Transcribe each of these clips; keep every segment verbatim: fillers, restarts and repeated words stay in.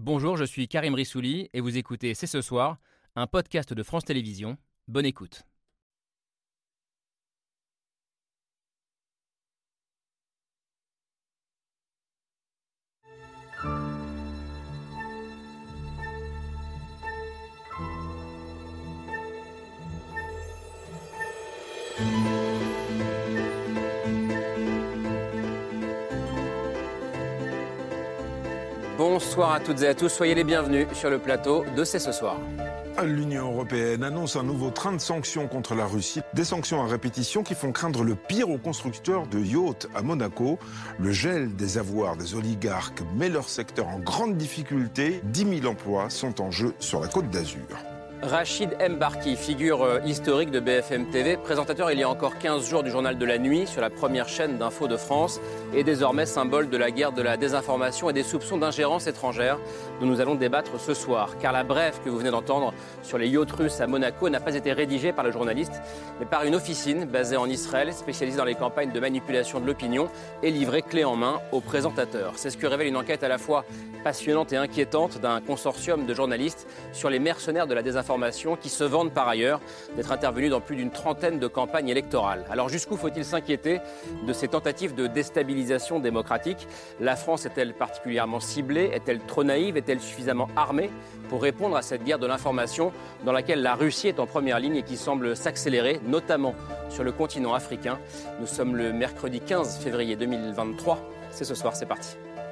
Bonjour, je suis Karim Rissouli et vous écoutez C'est ce soir, un podcast de France Télévisions. Bonne écoute. Bonsoir à toutes et à tous, soyez les bienvenus sur le plateau de C'est ce soir. L'Union européenne annonce un nouveau train de sanctions contre la Russie. Des sanctions à répétition qui font craindre le pire aux constructeurs de yachts à Monaco. Le gel des avoirs des oligarques met leur secteur en grande difficulté. dix mille emplois sont en jeu sur la Côte d'Azur. Rachid Mbarki, figure historique de B F M T V, présentateur il y a encore quinze jours du journal de la nuit sur la première chaîne d'info de France, et désormais symbole de la guerre de la désinformation et des soupçons d'ingérence étrangère dont nous allons débattre ce soir. Car la brève que vous venez d'entendre sur les yachts russes à Monaco n'a pas été rédigée par le journaliste, mais par une officine basée en Israël, spécialisée dans les campagnes de manipulation de l'opinion et livrée clé en main aux présentateurs. C'est ce que révèle une enquête à la fois passionnante et inquiétante d'un consortium de journalistes sur les mercenaires de la désinformation qui se vantent par ailleurs d'être intervenus dans plus d'une trentaine de campagnes électorales. Alors jusqu'où faut-il s'inquiéter de ces tentatives de déstabilisation démocratique ? La France est-elle particulièrement ciblée ? Est-elle trop naïve ? Est-elle suffisamment armée pour répondre à cette guerre de l'information dans laquelle la Russie est en première ligne et qui semble s'accélérer, notamment sur le continent africain ? Nous sommes le mercredi quinze février deux mille vingt-trois. C'est ce soir, c'est parti.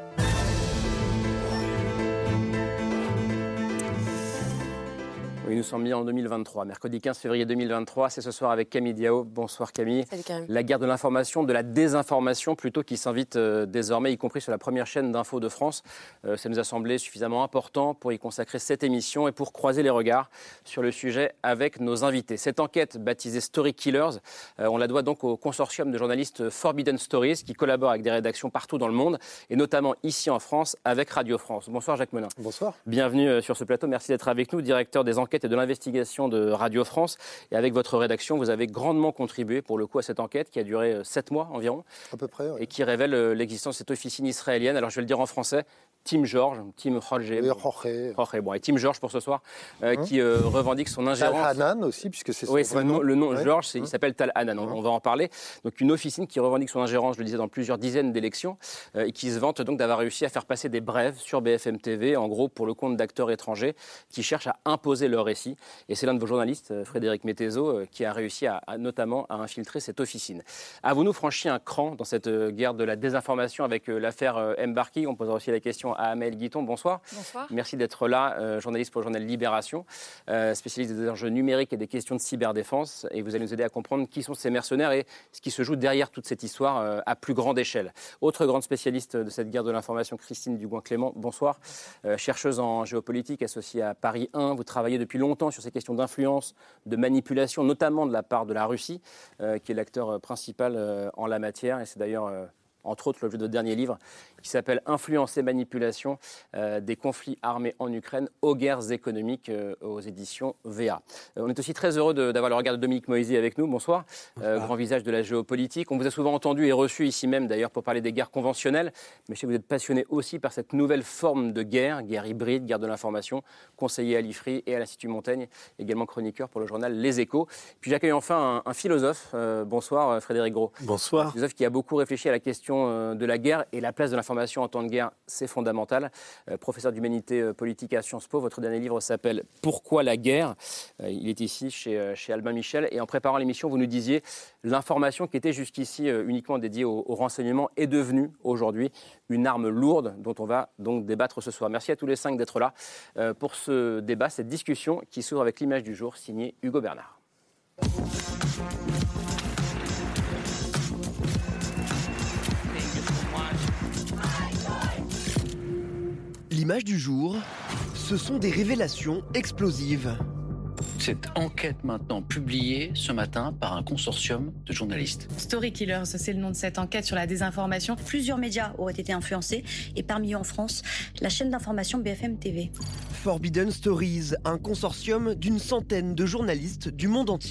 Oui, nous sommes bien en deux mille vingt-trois, mercredi quinze février deux mille vingt-trois, c'est ce soir avec Camille Diao. Bonsoir Camille. Salut Karim. La guerre de l'information, de la désinformation plutôt, qui s'invite euh, désormais, y compris sur la première chaîne d'info de France. Euh, ça nous a semblé suffisamment important pour y consacrer cette émission et pour croiser les regards sur le sujet avec nos invités. Cette enquête, baptisée Story Killers, euh, on la doit donc au consortium de journalistes Forbidden Stories qui collabore avec des rédactions partout dans le monde et notamment ici en France avec Radio France. Bonsoir Jacques Menin. Bonsoir. Bienvenue sur ce plateau, merci d'être avec nous, directeur des enquêtes et de l'investigation de Radio France. Et avec votre rédaction, vous avez grandement contribué pour le coup à cette enquête qui a duré sept mois environ. À peu près, oui. Et qui révèle l'existence de cette officine israélienne. Alors je vais le dire en français, Team George, Team Jorge. Oui, Jorge. Jorge, bon, et Team George pour ce soir, euh, hum. qui euh, revendique son ingérence. Tal Hanan aussi, puisque c'est son oui, vrai le nom. Le nom ouais. George, hum. il s'appelle Tal Hanan, on, hum. on va en parler. Donc une officine qui revendique son ingérence, je le disais, dans plusieurs dizaines d'élections, euh, et qui se vante donc d'avoir réussi à faire passer des brèves sur B F M T V, en gros pour le compte d'acteurs étrangers qui cherchent à imposer leur récit. Et c'est l'un de vos journalistes, Frédéric Mettezo, qui a réussi à, à, notamment à infiltrer cette officine. Avons-nous franchi un cran dans cette guerre de la désinformation avec l'affaire Mbarki ? On posera aussi la question à Amel Guiton. Bonsoir. Bonsoir. Merci d'être là, euh, journaliste pour le journal Libération, euh, spécialiste des enjeux numériques et des questions de cyberdéfense. Et vous allez nous aider à comprendre qui sont ces mercenaires et ce qui se joue derrière toute cette histoire euh, à plus grande échelle. Autre grande spécialiste de cette guerre de l'information, Christine Dugouin-Clément. Bonsoir. Euh, chercheuse en géopolitique associée à Paris un. Vous travaillez depuis longtemps sur ces questions d'influence, de manipulation, notamment de la part de la Russie, euh, qui est l'acteur principal euh, en la matière. Et c'est d'ailleurs, euh, entre autres, l'objet de votre dernier livre, qui s'appelle « Influence et manipulation euh, des conflits armés en Ukraine aux guerres économiques euh, » aux éditions V A. Euh, on est aussi très heureux de, d'avoir le regard de Dominique Moisy avec nous. Bonsoir. Euh, grand visage de la géopolitique. On vous a souvent entendu et reçu ici même d'ailleurs pour parler des guerres conventionnelles, mais je sais que vous êtes passionné aussi par cette nouvelle forme de guerre, guerre hybride, guerre de l'information, conseiller à l'I F R I et à l'Institut Montaigne, également chroniqueur pour le journal Les Échos. Puis j'accueille enfin un, un philosophe. Euh, bonsoir Frédéric Gros. Bonsoir. Un philosophe qui a beaucoup réfléchi à la question de la guerre et la place de l'information en temps de guerre, c'est fondamental. Euh, professeur d'humanité euh, politique à Sciences Po, votre dernier livre s'appelle « Pourquoi la guerre ?» euh, Il est ici chez, euh, chez Albin Michel. Et en préparant l'émission, vous nous disiez l'information qui était jusqu'ici euh, uniquement dédiée au, au renseignement est devenue aujourd'hui une arme lourde dont on va donc débattre ce soir. Merci à tous les cinq d'être là euh, pour ce débat, cette discussion qui s'ouvre avec l'image du jour signée Hugo Bernard. L'image du jour, ce sont des révélations explosives. Cette enquête maintenant publiée ce matin par un consortium de journalistes. Story Killers, c'est le nom de cette enquête sur la désinformation. Plusieurs médias auraient été influencés et parmi eux en France, la chaîne d'information B F M T V. Forbidden Stories, un consortium d'une centaine de journalistes du monde entier,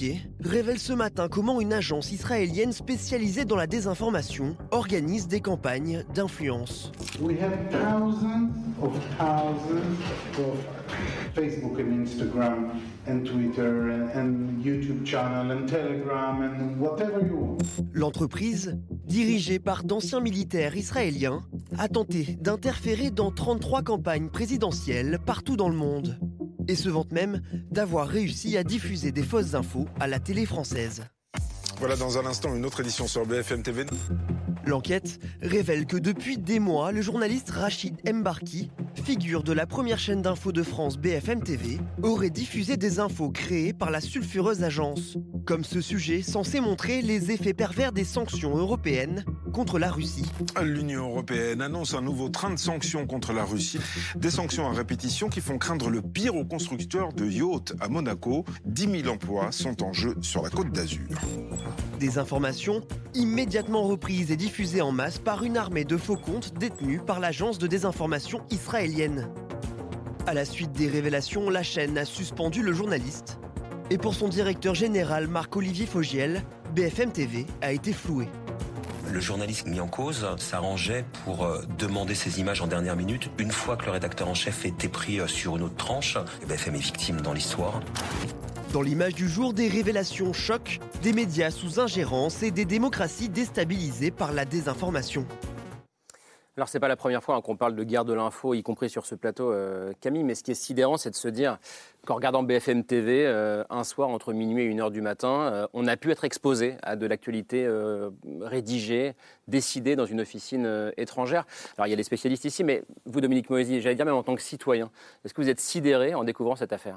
révèle ce matin comment une agence israélienne spécialisée dans la désinformation organise des campagnes d'influence. We have thousands of thousands of Facebook and Instagram and Twitter and YouTube channel and Telegram and whatever you want. L'entreprise, dirigée par d'anciens militaires israéliens, a tenté d'interférer dans trente-trois campagnes présidentielles partout dans le monde. Et se vante même d'avoir réussi à diffuser des fausses infos à la télé française. Voilà dans un instant une autre édition sur B F M T V. L'enquête révèle que depuis des mois, le journaliste Rachid Mbarki, figure de la première chaîne d'infos de France B F M T V, aurait diffusé des infos créées par la sulfureuse agence. Comme ce sujet censé montrer les effets pervers des sanctions européennes contre la Russie. L'Union européenne annonce un nouveau train de sanctions contre la Russie. Des sanctions à répétition qui font craindre le pire aux constructeurs de yachts à Monaco. dix mille emplois sont en jeu sur la Côte d'Azur. Des informations immédiatement reprises et diffusées en masse par une armée de faux comptes détenus par l'agence de désinformation israélienne. À la suite des révélations, la chaîne a suspendu le journaliste. Et pour son directeur général Marc-Olivier Fogiel, B F M T V a été floué. Le journaliste mis en cause s'arrangeait pour demander ces images en dernière minute. Une fois que le rédacteur en chef était pris sur une autre tranche, B F M est victime dans l'histoire. Dans l'image du jour, des révélations choquent, des médias sous ingérence et des démocraties déstabilisées par la désinformation. Alors, ce n'est pas la première fois hein, qu'on parle de guerre de l'info, y compris sur ce plateau, euh, Camille. Mais ce qui est sidérant, c'est de se dire qu'en regardant B F M T V, euh, un soir, entre minuit et une heure du matin, euh, on a pu être exposé à de l'actualité euh, rédigée, décidée dans une officine euh, étrangère. Alors, il y a des spécialistes ici, mais vous, Dominique Moïsi, j'allais dire même en tant que citoyen, est-ce que vous êtes sidéré en découvrant cette affaire ?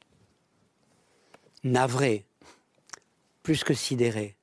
Navré, plus que sidéré,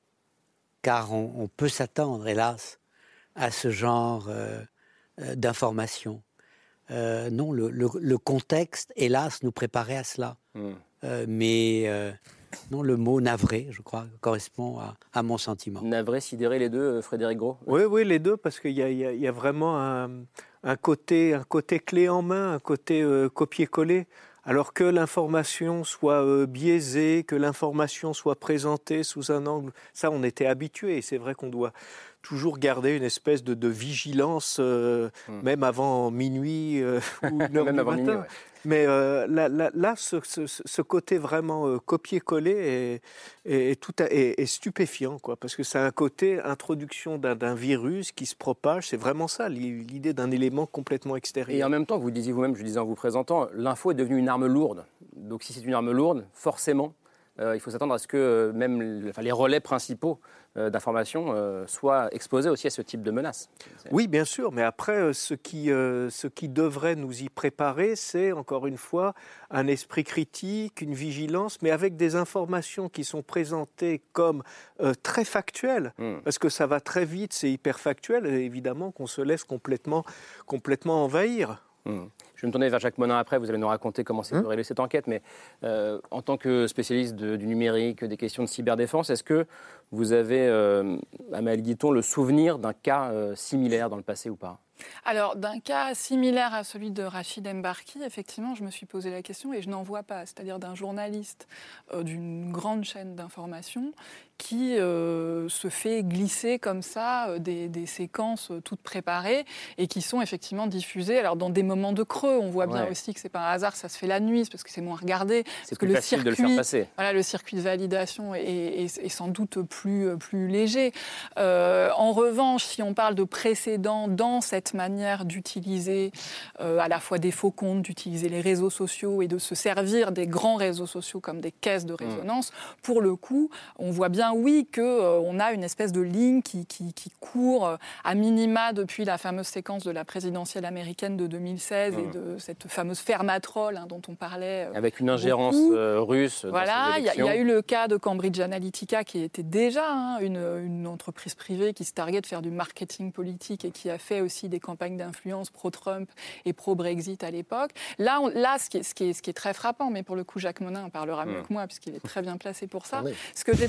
car on, on peut s'attendre, hélas, à ce genre euh, euh, d'informations. Euh, non, le, le, le contexte, hélas, nous préparait à cela. Mmh. Euh, mais euh, non, le mot navré, je crois, correspond à, à mon sentiment. Navré, sidéré, les deux, Frédéric Gros ? Oui, oui, les deux, parce qu'il y a, il y a, il y a vraiment un, un, côté, un côté clé en main, un côté euh, copier-coller. Alors que l'information soit euh, biaisée, que l'information soit présentée sous un angle, ça on était habitué. Et c'est vrai qu'on doit toujours garder une espèce de, de vigilance, euh, mmh. même avant minuit euh, ou une heure même du avant matin. Minuit, ouais. Mais euh, là, là, là ce, ce, ce côté vraiment euh, copier-coller est, est, est, tout à, est, est stupéfiant, quoi, parce que c'est un côté introduction d'un, d'un virus qui se propage. C'est vraiment ça, l'idée d'un élément complètement extérieur. Et en même temps, vous le disiez vous-même, je le disais en vous présentant, l'info est devenue une arme lourde. Donc si c'est une arme lourde, forcément, euh, il faut s'attendre à ce que euh, même enfin, les relais principaux euh, d'information euh, soient exposés aussi à ce type de menaces. Oui, bien sûr, mais après, euh, ce, qui, euh, ce qui devrait nous y préparer, c'est, encore une fois, un esprit critique, une vigilance, mais avec des informations qui sont présentées comme euh, très factuelles, mmh. parce que ça va très vite, c'est hyper factuel, et évidemment qu'on se laisse complètement, complètement envahir. Mmh. Je vais me tourner vers Jacques Monin après, vous allez nous raconter comment s'est déroulée mmh. cette enquête, mais euh, en tant que spécialiste de, du numérique, des questions de cyberdéfense, est-ce que vous avez, euh, Amélie Guiton, le souvenir d'un cas euh, similaire dans le passé ou pas ? Alors, d'un cas similaire à celui de Rachid Mbarki, effectivement, je me suis posé la question et je n'en vois pas, c'est-à-dire d'un journaliste euh, d'une grande chaîne d'information qui euh, se fait glisser comme ça euh, des, des séquences euh, toutes préparées et qui sont effectivement diffusées. Alors, dans des moments de creux, on voit bien ouais. aussi que c'est pas un hasard, ça se fait la nuit, parce que c'est moins regardé. C'est parce plus que facile le circuit, de le faire passer. Voilà, le circuit de validation est, est, est sans doute plus, plus léger. Euh, en revanche, si on parle de précédents dans cette manière d'utiliser euh, à la fois des faux comptes, d'utiliser les réseaux sociaux et de se servir des grands réseaux sociaux comme des caisses de résonance, mmh. pour le coup, on voit bien, oui, qu'on euh, a une espèce de ligne qui, qui, qui court euh, à minima depuis la fameuse séquence de la présidentielle américaine de deux mille seize mmh. et de cette fameuse fermatrol hein, dont on parlait euh, avec une ingérence euh, russe. Voilà, il y, y a eu le cas de Cambridge Analytica qui était déjà hein, une, une entreprise privée qui se targuait de faire du marketing politique et qui a fait aussi des campagnes d'influence pro-Trump et pro-Brexit à l'époque. Là, on, là ce, qui est, ce, qui est, ce qui est très frappant, mais pour le coup, Jacques Monin en parlera mieux mmh. que moi, puisqu'il est très bien placé pour ça. Oui. Ce que j'ai trouvé vraiment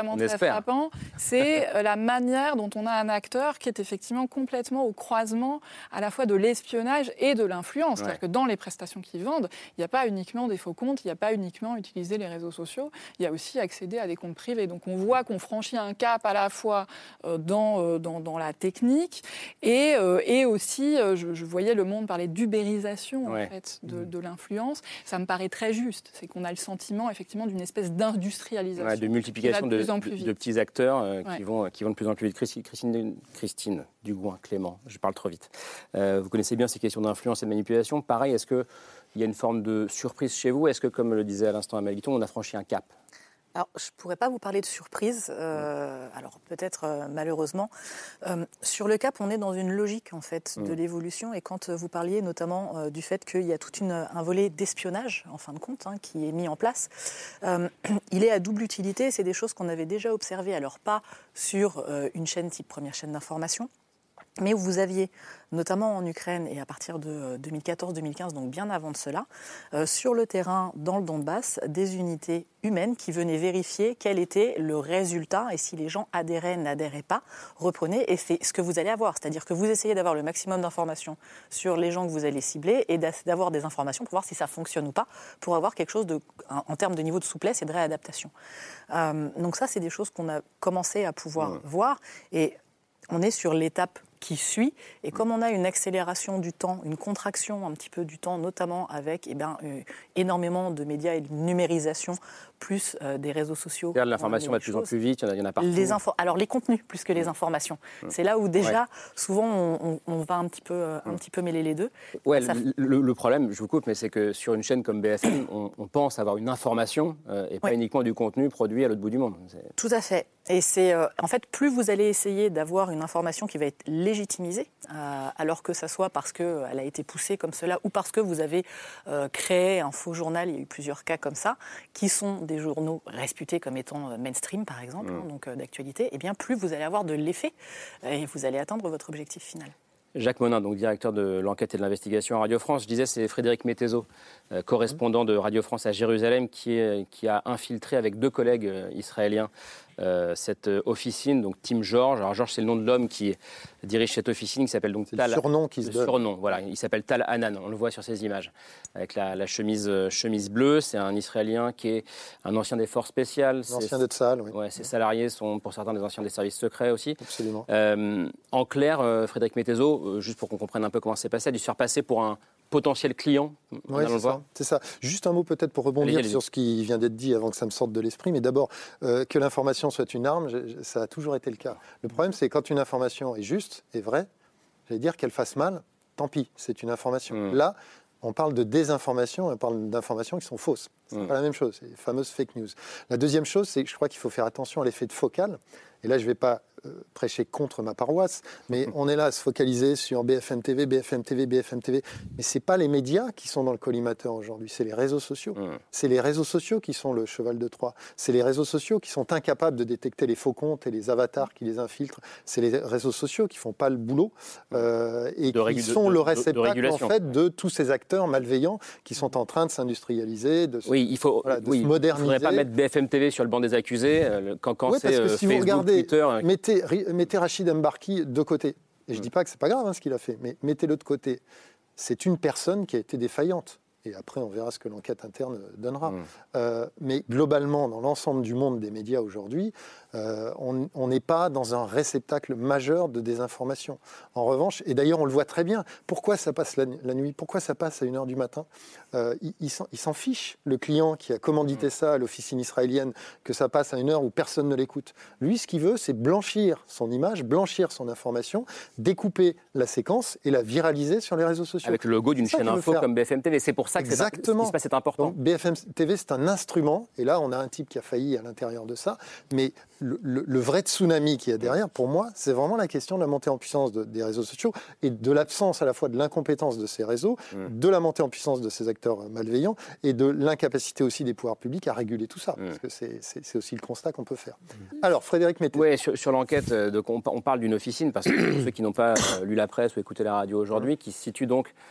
vraiment très frappant, c'est la manière dont on a un acteur qui est effectivement complètement au croisement à la fois de l'espionnage et de l'influence. Ouais. C'est-à-dire que dans les prestations qu'ils vendent, il n'y a pas uniquement des faux comptes, il n'y a pas uniquement utiliser les réseaux sociaux, il y a aussi accéder à des comptes privés. Donc on voit qu'on franchit un cap à la fois euh, dans, euh, dans, dans la technique et, euh, et aussi, euh, je, je voyais Le Monde parler d'ubérisation ouais. en fait, de, de l'influence. Ça me paraît très juste. C'est qu'on a le sentiment effectivement d'une espèce d'industrialisation. Ouais, de multiplication de, de, de, de petits acteurs euh, ouais. qui, vont, qui vont de plus en plus vite. Christine, Christine Dugouin, Clément, je parle trop vite. Euh, vous connaissez bien ces questions d'influence et de manipulation. Pareil, est-ce qu'il y a une forme de surprise chez vous ? Est-ce que, comme le disait à l'instant Amélie Guiton, on a franchi un cap ? Alors, je ne pourrais pas vous parler de surprise, euh, alors peut-être euh, malheureusement. Euh, sur le cap, on est dans une logique en fait de mmh. l'évolution, et quand vous parliez notamment euh, du fait qu'il y a tout une, un volet d'espionnage, en fin de compte, hein, qui est mis en place, euh, il est à double utilité. C'est des choses qu'on avait déjà observées, alors pas sur euh, une chaîne type première chaîne d'information, mais où vous aviez, notamment en Ukraine et à partir de deux mille quatorze deux mille quinze, donc bien avant de cela, euh, sur le terrain, dans le Donbass, des unités humaines qui venaient vérifier quel était le résultat et si les gens adhéraient, n'adhéraient pas, reprenaient. Et c'est ce que vous allez avoir, c'est-à-dire que vous essayez d'avoir le maximum d'informations sur les gens que vous allez cibler et d'avoir des informations pour voir si ça fonctionne ou pas, pour avoir quelque chose de, en, en termes de niveau de souplesse et de réadaptation. Euh, donc ça, c'est des choses qu'on a commencé à pouvoir mmh. voir, et on est sur l'étape qui suit, et comme on a une accélération du temps, une contraction un petit peu du temps, notamment avec eh bien, euh, énormément de médias et une numérisation, plus euh, des réseaux sociaux. C'est-à-dire l'information va de plus en plus vite, il y en a, il y en a partout. Les info- Alors les contenus, plus que les informations. Mmh. C'est là où déjà, ouais. souvent, on, on, on va un petit, peu, euh, un mmh. petit peu mêler les deux. Ouais, Ça... le, le problème, je vous coupe, mais c'est que sur une chaîne comme B F M, on, on pense avoir une information euh, et pas ouais. uniquement du contenu produit à l'autre bout du monde. C'est... Tout à fait. Et c'est, euh, en fait, plus vous allez essayer d'avoir une information qui va être légitimisée, euh, alors que ça soit parce qu'elle a été poussée comme cela ou parce que vous avez euh, créé un faux journal, il y a eu plusieurs cas comme ça, qui sont des journaux réputés comme étant mainstream, par exemple, mmh. hein, donc euh, d'actualité, et bien plus vous allez avoir de l'effet et vous allez atteindre votre objectif final. Jacques Monin, donc directeur de l'enquête et de l'investigation à Radio France. Je disais, c'est Frédéric Mettezo, euh, correspondant de Radio France à Jérusalem, qui, est, qui a infiltré avec deux collègues euh, israéliens euh, cette euh, officine, donc Team George. Alors George, c'est le nom de l'homme qui dirige cette officine, qui s'appelle donc c'est Tal. Le surnom qui se le donne. Surnom, voilà. Il s'appelle Tal Hanan. On le voit sur ces images avec la, la chemise, euh, chemise bleue. C'est un Israélien qui est un ancien des forces spéciales. Un ancien de Tsahal, oui. Ouais, ses salariés sont pour certains des anciens des services secrets aussi. Absolument. Euh, en clair, euh, Frédéric Mettezo, euh, juste pour qu'on comprenne un peu comment c'est passé, a dû se faire passer pour un potentiel client. Oui, c'est ça, c'est ça. Juste un mot peut-être pour rebondir allez, allez. sur ce qui vient d'être dit avant que ça me sorte de l'esprit. Mais d'abord, euh, que l'information soit une arme, ça a toujours été le cas. Le problème, c'est quand une information est juste et vraie, j'allais dire qu'elle fasse mal, tant pis, c'est une information. Mmh. Là, on parle de désinformation, on parle d'informations qui sont fausses. C'est mmh. pas la même chose, c'est les fameuses fake news. La deuxième chose, c'est que je crois qu'il faut faire attention à l'effet de focale. Et là, je ne vais pas euh, prêcher contre ma paroisse, mais on est là à se focaliser sur B F M T V, B F M T V, B F M T V. Mais ce n'est pas les médias qui sont dans le collimateur aujourd'hui, c'est les réseaux sociaux. Mmh. C'est les réseaux sociaux qui sont le cheval de Troie. C'est les réseaux sociaux qui sont incapables de détecter les faux comptes et les avatars qui les infiltrent. C'est les réseaux sociaux qui ne font pas le boulot euh, et de qui régu- sont de, le de, réceptacle de en fait, de tous ces acteurs malveillants qui sont en train de s'industrialiser, de, oui, il faut, voilà, de oui, se moderniser. Il ne faudrait pas mettre B F M T V sur le banc des accusés euh, quand, quand oui, c'est parce que euh, si Facebook, vous regardez, Twitter... Mettez, mettez Rachid Embarki de côté. Et je ne dis pas que ce n'est pas grave hein, ce qu'il a fait, mais mettez-le de côté. C'est une personne qui a été défaillante. Et après, on verra ce que l'enquête interne donnera. Mmh. Euh, mais globalement, dans l'ensemble du monde des médias aujourd'hui, euh, on n'est pas dans un réceptacle majeur de désinformation. En revanche, et d'ailleurs on le voit très bien, pourquoi ça passe la, la nuit, pourquoi ça passe à une heure du matin, euh, il, il, s'en, il s'en fiche, le client qui a commandité ça à l'officine israélienne, que ça passe à une heure où personne ne l'écoute. Lui, ce qu'il veut, c'est blanchir son image, blanchir son information, découper la séquence et la viraliser sur les réseaux sociaux. Avec le logo d'une chaîne info comme B F M T V, c'est pour ça que Exactement. C'est, c'est, c'est important. Donc, B F M T V, c'est un instrument, et là, on a un type qui a failli à l'intérieur de ça, mais le, le, le vrai tsunami qu'il y a derrière, pour moi, c'est vraiment la question de la montée en puissance de, des réseaux sociaux et de l'absence à la fois de l'incompétence de ces réseaux, mmh. de la montée en puissance de ces acteurs malveillants et de l'incapacité aussi des pouvoirs publics à réguler tout ça, mmh. parce que c'est, c'est, c'est aussi le constat qu'on peut faire. Mmh. Alors, Frédéric Mettezo. Oui, sur, sur l'enquête, euh, de, on, on parle d'une officine, parce que pour ceux qui n'ont pas euh, lu la presse ou écouté la radio aujourd'hui, qui se situe donc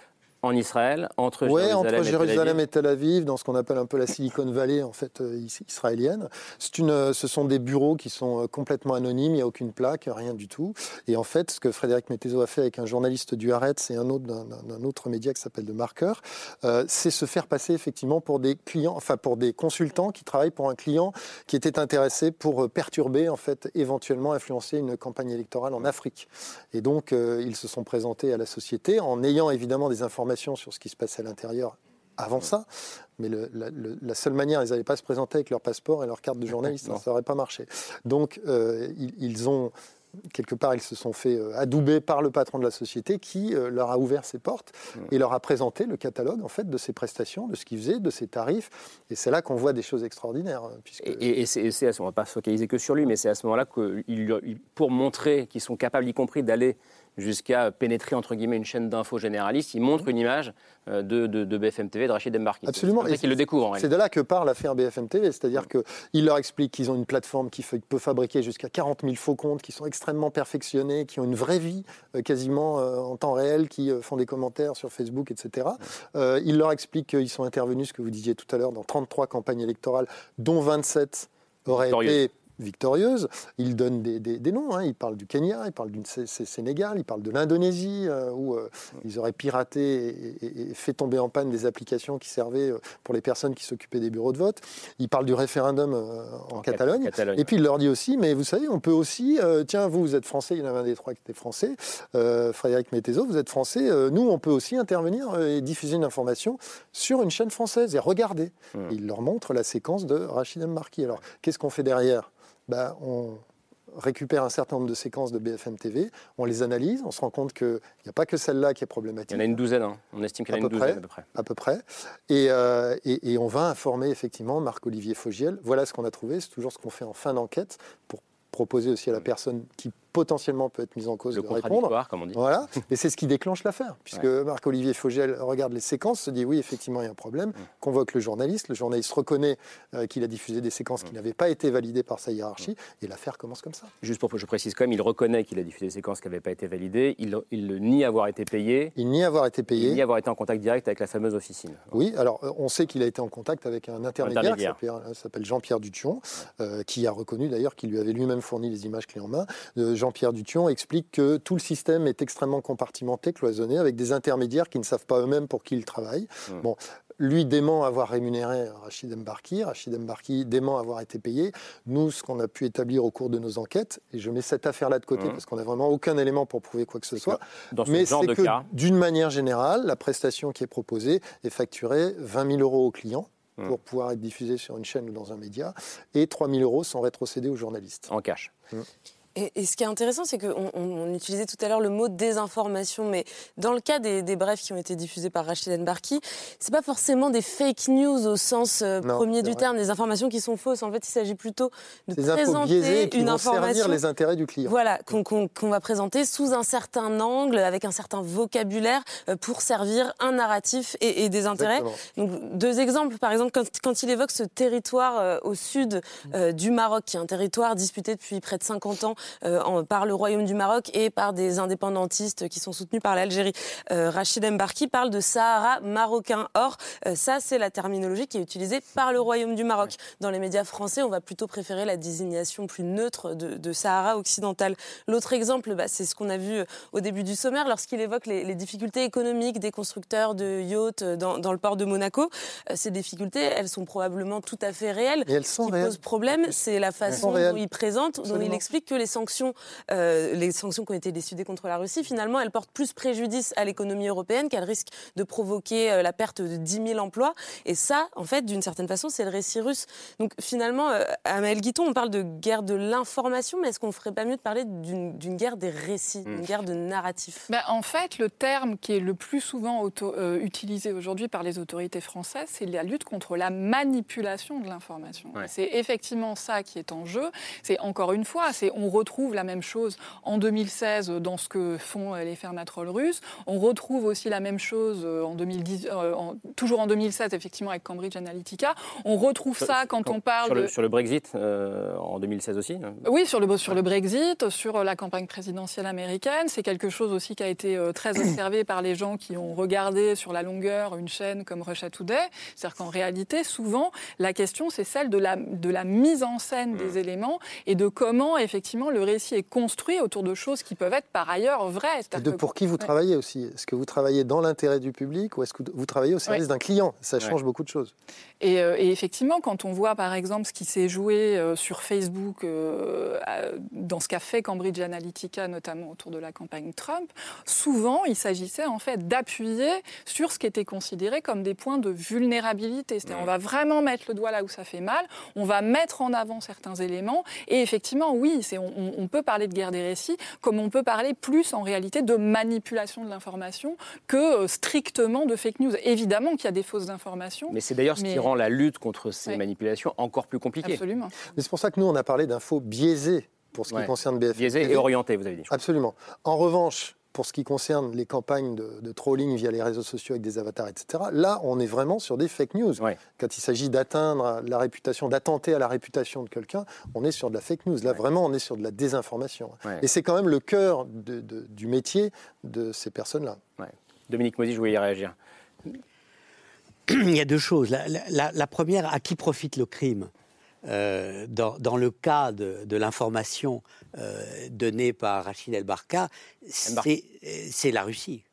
En Israël, entre ouais, Jérusalem, entre et, Jérusalem Tel et Tel Aviv, dans ce qu'on appelle un peu la Silicon Valley en fait euh, israélienne. C'est une, ce sont des bureaux qui sont complètement anonymes, il n'y a aucune plaque, rien du tout. Et en fait, ce que Frédéric Mettezo a fait avec un journaliste du Haaretz et un autre d'un, d'un autre média qui s'appelle The Marker, euh, c'est se faire passer effectivement pour des clients, enfin pour des consultants qui travaillent pour un client qui était intéressé pour perturber en fait éventuellement influencer une campagne électorale en Afrique. Et donc euh, ils se sont présentés à la société en ayant évidemment des informations sur ce qui se passait à l'intérieur avant ça, mais le, la, le, la seule manière, ils n'allaient pas se présenter avec leur passeport et leur carte de journaliste, hein, ça n'aurait pas marché. Donc euh, ils, ils ont, quelque part, ils se sont fait euh, adouber par le patron de la société qui euh, leur a ouvert ses portes et leur a présenté le catalogue en fait, de ses prestations, de ce qu'ils faisaient, de ses tarifs, et c'est là qu'on voit des choses extraordinaires. Puisque... Et, et, et, c'est, et c'est, on ne va pas se focaliser que sur lui, mais c'est à ce moment-là que, pour montrer qu'ils sont capables, y compris d'aller jusqu'à pénétrer entre guillemets une chaîne d'infos généraliste, il montre une image de, de, de B F M T V, de Rachid Embarki. Absolument. C'est, c'est, le découvre, c'est de là que part l'affaire B F M T V, c'est-à-dire mmh. qu'il leur explique qu'ils ont une plateforme qui peut fabriquer jusqu'à quarante mille faux comptes, qui sont extrêmement perfectionnés, qui ont une vraie vie euh, quasiment euh, en temps réel, qui euh, font des commentaires sur Facebook, et cetera. Mmh. Euh, il leur explique qu'ils sont intervenus, ce que vous disiez tout à l'heure, dans trente-trois campagnes électorales, dont vingt-sept auraient Victorieux. été victorieuse. Il donne des, des, des noms, hein. Il parle du Kenya, il parle du Sénégal, il parle de l'Indonésie, euh, où euh, ils auraient piraté et, et, et fait tomber en panne des applications qui servaient pour les personnes qui s'occupaient des bureaux de vote. Il parle du référendum euh, en, en Catalogne. Catalogne. Et puis il leur dit aussi, mais vous savez, on peut aussi, euh, tiens, vous, vous êtes français, il y en avait un des trois qui était français, euh, Frédéric Mettezo, vous êtes français, euh, nous, on peut aussi intervenir et diffuser une information sur une chaîne française et regarder. Mmh. Et il leur montre la séquence de Rachid Embarki. Alors, qu'est-ce qu'on fait derrière ? Ben, on récupère un certain nombre de séquences de B F M T V, on les analyse, on se rend compte qu'il n'y a pas que celle-là qui est problématique. Il y en a une douzaine, hein. On estime qu'il y en a une douzaine près, à peu près. À peu près. Et, euh, et, et on va informer effectivement Marc-Olivier Fogiel. Voilà ce qu'on a trouvé, c'est toujours ce qu'on fait en fin d'enquête pour proposer aussi à la personne qui potentiellement peut être mise en cause le de répondre. Comme on dit. Voilà. Et c'est ce qui déclenche l'affaire, puisque ouais. Marc-Olivier Fogiel regarde les séquences, se dit oui, effectivement, il y a un problème, mmh. convoque le journaliste, le journaliste reconnaît euh, qu'il a diffusé des séquences mmh. qui n'avaient pas été validées par sa hiérarchie, mmh. et l'affaire commence comme ça. Juste pour que je précise quand même, il reconnaît qu'il a diffusé des séquences qui n'avaient pas été validées, il, il nie avoir été payé. Il nie avoir été payé. Il nie avoir été en contact direct avec la fameuse officine. Oui, alors on sait qu'il a été en contact avec un intermédiaire, intermédiaire. qui s'appelle, s'appelle Jean-Pierre Dution, euh, qui a reconnu d'ailleurs qu'il lui avait lui-même fourni les images clés en main. Euh, Jean-Pierre Dution explique que tout le système est extrêmement compartimenté, cloisonné, avec des intermédiaires qui ne savent pas eux-mêmes pour qui ils travaillent. Mmh. Bon, lui dément avoir rémunéré Rachid Embarki, Rachid Embarki dément avoir été payé. Nous, ce qu'on a pu établir au cours de nos enquêtes, et je mets cette affaire-là de côté mmh. parce qu'on n'a vraiment aucun élément pour prouver quoi que ce soit, Dans ce mais genre c'est de que cas... d'une manière générale, la prestation qui est proposée est facturée vingt mille euros au client pour mmh. pouvoir être diffusée sur une chaîne ou dans un média, et trois mille euros sont rétrocédés aux journalistes. En cash. Mmh. Et, et ce qui est intéressant, c'est qu'on on, on utilisait tout à l'heure le mot désinformation, mais dans le cas des, des brefs qui ont été diffusés par Rachid Embarki, c'est pas forcément des fake news au sens euh, non, premier du vrai. terme, des informations qui sont fausses. En fait, il s'agit plutôt de des présenter qui une vont information, servir les intérêts du client. Voilà, qu'on, qu'on, qu'on va présenter sous un certain angle, avec un certain vocabulaire, euh, pour servir un narratif et, et des intérêts. Exactement. Donc, deux exemples, par exemple, quand, quand il évoque ce territoire euh, au sud euh, du Maroc, qui est un territoire disputé depuis près de cinquante ans. Euh, en, par le Royaume du Maroc et par des indépendantistes qui sont soutenus par l'Algérie. Euh, Rachid Embarki parle de Sahara marocain. Or, euh, ça, c'est la terminologie qui est utilisée par le Royaume du Maroc. Dans les médias français, on va plutôt préférer la désignation plus neutre de, de Sahara occidental. L'autre exemple, bah, c'est ce qu'on a vu au début du sommaire, lorsqu'il évoque les, les difficultés économiques des constructeurs de yachts dans, dans le port de Monaco. Euh, ces difficultés, elles sont probablement tout à fait réelles. Et elles sont Ce qui réelles. pose problème, c'est la façon dont il présente, Absolument. dont il explique que les sanctions Euh, les sanctions qui ont été décidées contre la Russie, finalement, elles portent plus préjudice à l'économie européenne, qu'elles risquent de provoquer euh, la perte de dix mille emplois. Et ça, en fait, d'une certaine façon, c'est le récit russe. Donc, finalement, euh, à Maël Guiton, on parle de guerre de l'information, mais est-ce qu'on ne ferait pas mieux de parler d'une, d'une guerre des récits, mmh. une guerre de narratif ? Ben, en fait, le terme qui est le plus souvent auto, euh, utilisé aujourd'hui par les autorités françaises, c'est la lutte contre la manipulation de l'information. Ouais. C'est effectivement ça qui est en jeu. C'est, encore une fois, c'est, on retrouve la même chose en deux mille seize dans ce que font les Fermatrol russes. On retrouve aussi la même chose en deux mille dix, euh, en, toujours en deux mille sept, effectivement, avec Cambridge Analytica. On retrouve sur, ça quand, quand on parle... Sur le, de... sur le Brexit, euh, en deux mille seize aussi. Oui, sur le, sur le Brexit, sur la campagne présidentielle américaine. C'est quelque chose aussi qui a été euh, très observé par les gens qui ont regardé sur la longueur une chaîne comme Russia Today. C'est-à-dire qu'en réalité, souvent, la question, c'est celle de la, de la mise en scène des éléments et de comment, effectivement, le récit est construit autour de choses qui peuvent être par ailleurs vraies. Et de que... pour qui vous ouais. travaillez aussi. Est-ce que vous travaillez dans l'intérêt du public ou est-ce que vous travaillez au service ouais. d'un client? Ça change ouais. beaucoup de choses. Et, euh, et effectivement, quand on voit, par exemple, ce qui s'est joué euh, sur Facebook, euh, euh, dans ce qu'a fait Cambridge Analytica, notamment autour de la campagne Trump, souvent, il s'agissait en fait d'appuyer sur ce qui était considéré comme des points de vulnérabilité. C'est-à-dire, ouais. on va vraiment mettre le doigt là où ça fait mal, on va mettre en avant certains éléments, et effectivement, oui, c'est, on, on peut parler de guerre des récits, comme on peut parler plus, en réalité, de manipulation de l'information que euh, strictement de fake news. Évidemment qu'il y a des fausses informations. Mais c'est d'ailleurs ce mais... qui rend la lutte contre ces ouais. manipulations encore plus compliquée. Absolument. Mais c'est pour ça que nous, on a parlé d'infos biaisées pour ce ouais. qui concerne B F M. Biaisées et orientées, vous avez dit. Absolument. En revanche, pour ce qui concerne les campagnes de, de trolling via les réseaux sociaux avec des avatars, et cetera, là, on est vraiment sur des fake news. Ouais. Quand il s'agit d'atteindre la réputation, d'attenter à la réputation de quelqu'un, on est sur de la fake news. Là, ouais. vraiment, on est sur de la désinformation. Ouais. Et c'est quand même le cœur de, de, du métier de ces personnes-là. Ouais. Dominique Mozy, je voulais y réagir. Il y a deux choses. La, la, la première, à qui profite le crime ? Euh, dans, dans le cas de, de l'information euh, donnée par Rachid El-Barka, c'est, c'est la Russie.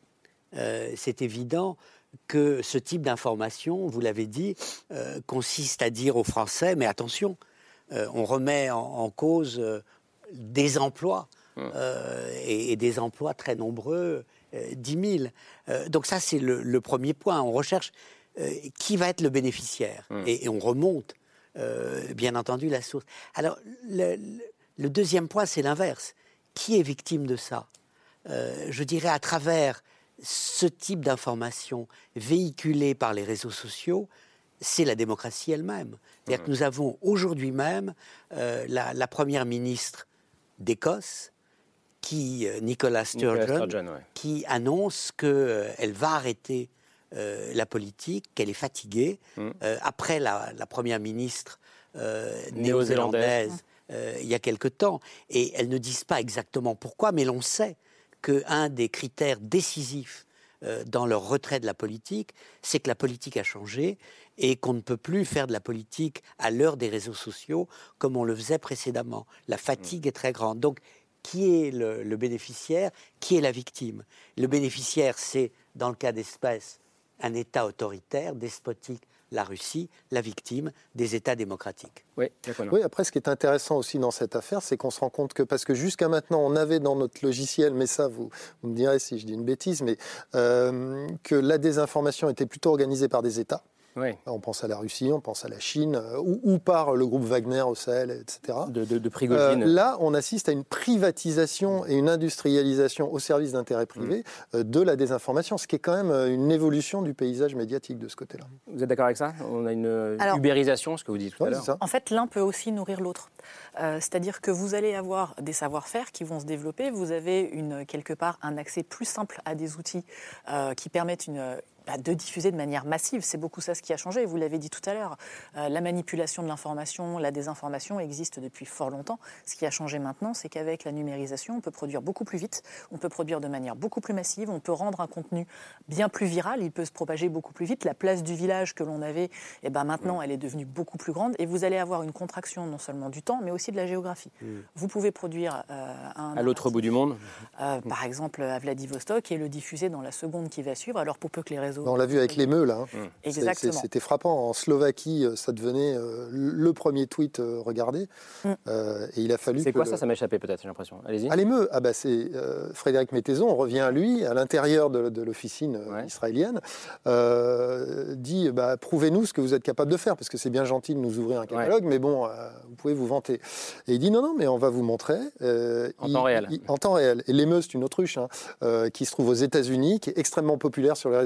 Euh, c'est évident que ce type d'information, vous l'avez dit, euh, consiste à dire aux Français, mais attention, euh, on remet en, en cause euh, des emplois, euh, et, et des emplois très nombreux, euh, dix mille. Euh, donc ça, c'est le, le premier point. On recherche euh, qui va être le bénéficiaire, mmh. et, et on remonte Euh, bien entendu, la source. Alors, le, le deuxième point, c'est l'inverse. Qui est victime de ça ? euh, Je dirais à travers ce type d'information véhiculée par les réseaux sociaux, c'est la démocratie elle-même. C'est-à-dire que nous avons aujourd'hui même euh, la, la première ministre d'Écosse, qui, euh, Nicola Sturgeon, Nicola Sturgeon ouais. qui annonce qu'elle euh, va arrêter Euh, la politique, qu'elle est fatiguée. Mmh. Euh, après la, la première ministre euh, néo-zélandaise, euh, il y a quelque temps. Et elles ne disent pas exactement pourquoi, mais l'on sait qu'un des critères décisifs euh, dans leur retrait de la politique, c'est que la politique a changé et qu'on ne peut plus faire de la politique à l'heure des réseaux sociaux comme on le faisait précédemment. La fatigue mmh. est très grande. Donc, qui est le, le bénéficiaire ? Qui est la victime ? Le bénéficiaire, c'est, dans le cas d'espèce, un État autoritaire, despotique, la Russie, la victime des États démocratiques. Oui, oui, après, ce qui est intéressant aussi dans cette affaire, c'est qu'on se rend compte que, parce que jusqu'à maintenant, on avait dans notre logiciel, mais ça, vous, vous me direz si je dis une bêtise, mais euh, que la désinformation était plutôt organisée par des États. Oui. On pense à la Russie, on pense à la Chine, euh, ou, ou par le groupe Wagner au Sahel, et cetera. De, de, de Prigogine. Euh, là, on assiste à une privatisation et une industrialisation au service d'intérêts privés mmh. euh, de la désinformation, ce qui est quand même une évolution du paysage médiatique de ce côté-là. Vous êtes d'accord avec ça ? On a une Alors, ubérisation, ce que vous dites tout ouais, à l'heure. En fait, l'un peut aussi nourrir l'autre. Euh, c'est-à-dire que vous allez avoir des savoir-faire qui vont se développer. Vous avez une, quelque part un accès plus simple à des outils euh, qui permettent une... de diffuser de manière massive. C'est beaucoup ça ce qui a changé. Vous l'avez dit tout à l'heure. Euh, la manipulation de l'information, la désinformation existe depuis fort longtemps. Ce qui a changé maintenant, c'est qu'avec la numérisation, on peut produire beaucoup plus vite, on peut produire de manière beaucoup plus massive, on peut rendre un contenu bien plus viral, il peut se propager beaucoup plus vite. La place du village que l'on avait, eh ben maintenant, elle est devenue beaucoup plus grande et vous allez avoir une contraction non seulement du temps, mais aussi de la géographie. Mmh. Vous pouvez produire euh, un... À l'autre bout du monde euh, Par exemple, à Vladivostok et le diffuser dans la seconde qui va suivre, alors pour peu que les réseaux... On l'a vu avec l'émeu, là. Hein. Mmh. Exactement. C'est, c'était frappant. En Slovaquie, ça devenait euh, le premier tweet euh, regardé. Mmh. Euh, et il a fallu C'est quoi le... ça Ça m'a échappé peut-être, j'ai l'impression. Allez-y. Ah, l'émeu ah, bah, c'est euh, Frédéric Metteson, on revient à lui, à l'intérieur de, de l'officine ouais. israélienne, euh, dit bah, prouvez-nous ce que vous êtes capable de faire, parce que c'est bien gentil de nous ouvrir un catalogue, ouais. mais bon, euh, vous pouvez vous vanter. Et il dit non, non, mais on va vous montrer. Euh, en il, temps réel. Il, en temps réel. Et l'émeu, c'est une autruche, hein, euh, qui se trouve aux États-Unis, qui est extrêmement populaire sur les réseaux sociaux.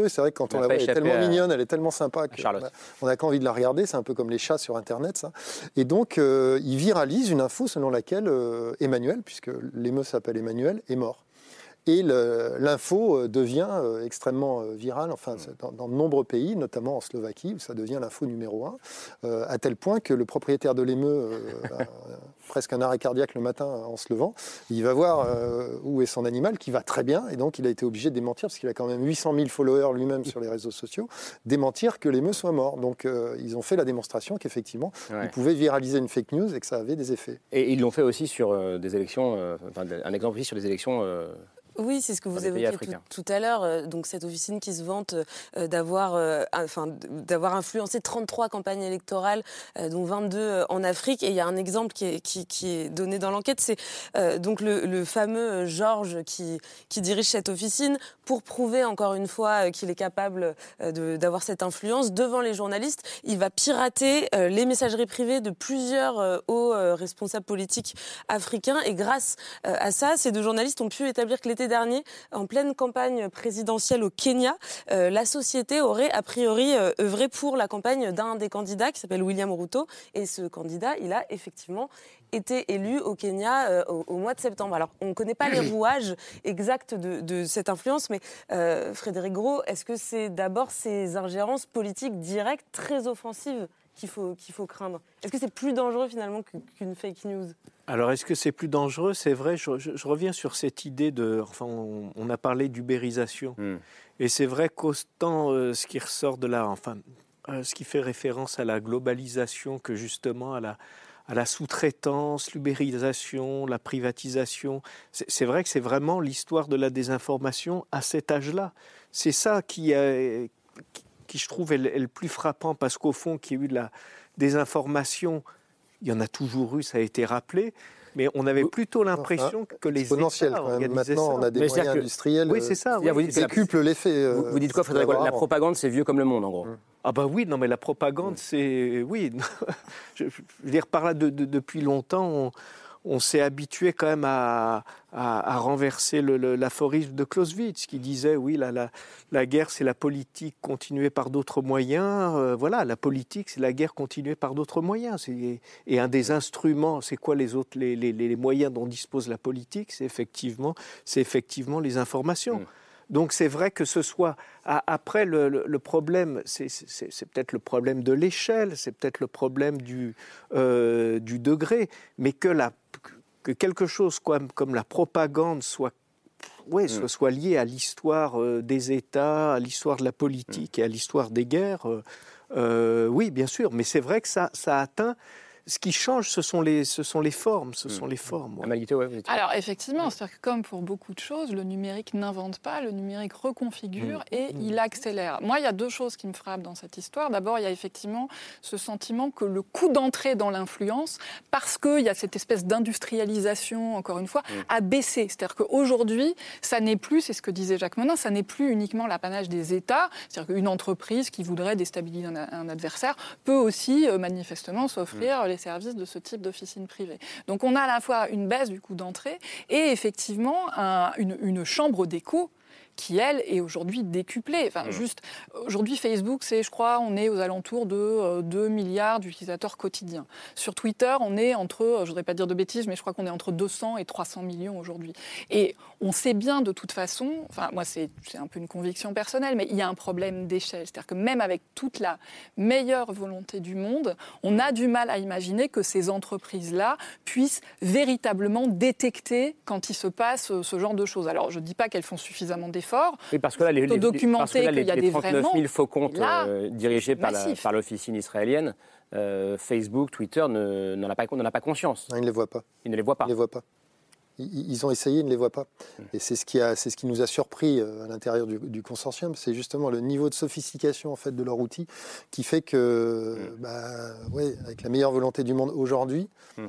sociaux. Et c'est vrai que quand on, on la voit, elle est tellement à... mignonne, elle est tellement sympa qu'on n'a qu'envie de la regarder. C'est un peu comme les chats sur Internet, ça. Et donc, euh, il viralise une info selon laquelle euh, Emmanuel, puisque l'émeut s'appelle Emmanuel, est mort. Et le, l'info devient euh, extrêmement euh, virale, enfin, dans, dans de nombreux pays, notamment en Slovaquie, où ça devient l'info numéro un, euh, à tel point que le propriétaire de l'émeut euh, a presque un arrêt cardiaque le matin en se levant. Il va voir euh, où est son animal, qui va très bien, et donc il a été obligé de démentir, parce qu'il a quand même huit cent mille followers lui-même sur les réseaux sociaux, démentir que l'émeut soit mort. Donc euh, ils ont fait la démonstration qu'effectivement, ouais. ils pouvaient viraliser une fake news et que ça avait des effets. Et ils l'ont fait aussi sur euh, des élections, euh, enfin, un exemple aussi sur des élections... Euh... Oui, c'est ce que vous évoquiez tout, tout à l'heure. Donc cette officine qui se vante euh, d'avoir, euh, enfin, d'avoir influencé trente-trois campagnes électorales, euh, dont vingt-deux euh, en Afrique. Et il y a un exemple qui est, qui, qui est donné dans l'enquête, c'est euh, donc le, le fameux Georges qui, qui dirige cette officine pour prouver encore une fois euh, qu'il est capable euh, de, d'avoir cette influence devant les journalistes. Il va pirater euh, les messageries privées de plusieurs euh, hauts euh, responsables politiques africains. Et grâce euh, à ça, ces deux journalistes ont pu établir que l'été dernier, en pleine campagne présidentielle au Kenya, euh, la société aurait a priori euh, œuvré pour la campagne d'un des candidats qui s'appelle William Ruto. Et ce candidat, il a effectivement été élu au Kenya euh, au, au mois de septembre. Alors, on ne connaît pas les rouages exacts de, de cette influence, mais euh, Frédéric Gros, est-ce que c'est d'abord ces ingérences politiques directes, très offensives qu'il faut, qu'il faut craindre ? Est-ce que c'est plus dangereux finalement qu'une fake news ? Alors, est-ce que c'est plus dangereux ? C'est vrai, je, je, je reviens sur cette idée de... Enfin, on, on a parlé d'ubérisation. Mm. Et c'est vrai qu'autant euh, ce qui ressort de là, enfin, euh, ce qui fait référence à la globalisation que justement à la, à la sous-traitance, l'ubérisation, la privatisation, c'est, c'est vrai que c'est vraiment l'histoire de la désinformation à cet âge-là. C'est ça qui, a, qui, qui je trouve, est, est le plus frappant, parce qu'au fond, qu'il y a eu de la désinformation... Il y en a toujours eu, ça a été rappelé, mais on avait plutôt l'impression que les exponentiel États quand même. Maintenant, ça. On a des mais moyens industriels oui, c'est ça, qui oui. décuplent l'effet. Vous, vous dites quoi, Frédéric ? La propagande, c'est vieux comme le monde, en gros. Ah bah oui, non, mais la propagande, c'est... Oui, je veux dire, par là, de, de, depuis longtemps, on... on s'est habitué quand même à, à, à renverser le, le, l'aphorisme de Clausewitz qui disait, oui, la, la, la guerre, c'est la politique continuée par d'autres moyens. Euh, voilà, la politique, c'est la guerre continuée par d'autres moyens. C'est, et un des instruments, c'est quoi les autres, les, les, les moyens dont dispose la politique ? C'est effectivement, c'est effectivement les informations. Mmh. Donc c'est vrai que ce soit... Après, le, le, le problème, c'est, c'est, c'est peut-être le problème de l'échelle, c'est peut-être le problème du, euh, du degré, mais que, la, que quelque chose comme, comme la propagande soit, ouais, mmh. soit, soit lié à l'histoire euh, des États, à l'histoire de la politique mmh. et à l'histoire des guerres, euh, euh, oui, bien sûr, mais c'est vrai que ça, ça atteint... Ce qui change, ce sont les, ce sont les formes, ce mmh. sont les formes. Ouais. Amalito, ouais, vous dites... Alors effectivement, c'est-à-dire que comme pour beaucoup de choses, le numérique n'invente pas, le numérique reconfigure mmh. et mmh. il accélère. Moi, il y a deux choses qui me frappent dans cette histoire. D'abord, il y a effectivement ce sentiment que le coût d'entrée dans l'influence, parce qu'il y a cette espèce d'industrialisation, encore une fois, mmh. a baissé. C'est-à-dire qu'aujourd'hui, ça n'est plus, c'est ce que disait Jacques Menin, ça n'est plus uniquement l'apanage des États. C'est-à-dire qu'une entreprise qui voudrait déstabiliser un, un adversaire peut aussi euh, manifestement s'offrir mmh. les services de ce type d'officine privée. Donc on a à la fois une baisse du coût d'entrée et effectivement un, une, une chambre d'écho qui, elle, est aujourd'hui décuplée. Enfin, mmh. juste, aujourd'hui, Facebook, c'est, je crois, on est aux alentours de euh, deux milliards d'utilisateurs quotidiens. Sur Twitter, on est entre, je ne voudrais pas dire de bêtises, mais je crois qu'on est entre deux cents et trois cents millions aujourd'hui. Et on sait bien, de toute façon, enfin, moi, c'est, c'est un peu une conviction personnelle, mais il y a un problème d'échelle. C'est-à-dire que même avec toute la meilleure volonté du monde, on a du mal à imaginer que ces entreprises-là puissent véritablement détecter quand il se passe ce genre de choses. Alors, je ne dis pas qu'elles font suffisamment d'efforts. Oui, parce que là, les, les, parce que là, les, les trente-neuf mille faux comptes là, euh, dirigés par, la, par l'officine israélienne, euh, Facebook, Twitter ne, n'en, a pas, n'en a pas conscience. Non, ils ne les voient pas. Ils ne les voient pas. Ils ne les voient pas. Ils, ils ont essayé, ils ne les voient pas. Mmh. Et c'est ce, qui a, c'est ce qui nous a surpris à l'intérieur du, du consortium. C'est justement le niveau de sophistication en fait, de leur outil qui fait que, mmh. bah, ouais, avec la meilleure volonté du monde aujourd'hui, mmh.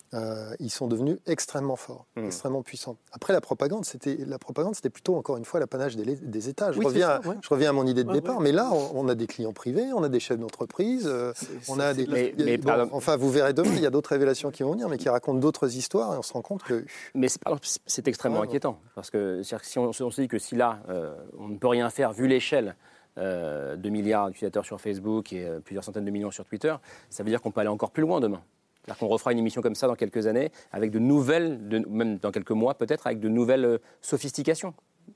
Euh, ils sont devenus extrêmement forts, mmh. extrêmement puissants. Après, la propagande, c'était, la propagande, c'était plutôt, encore une fois, l'apanage des, des États. Je, oui, reviens, ça, ouais. je reviens à mon idée de ouais, départ, ouais. mais là, on, on a des clients privés, on a des chefs d'entreprise, euh, on c'est, a des... Mais, mais, bon, pardon, enfin, vous verrez demain, il y a d'autres révélations qui vont venir, mais qui racontent d'autres histoires, et on se rend compte que... Mais c'est, pardon, c'est extrêmement ouais, inquiétant, parce que si on, on se dit que si là, euh, on ne peut rien faire, vu l'échelle, euh, de milliards d'utilisateurs sur Facebook et euh, plusieurs centaines de millions sur Twitter, ça veut dire qu'on peut aller encore plus loin demain. C'est-à-dire qu'on refera une émission comme ça dans quelques années, avec de nouvelles, de, même dans quelques mois peut-être, avec de nouvelles euh, sophistications.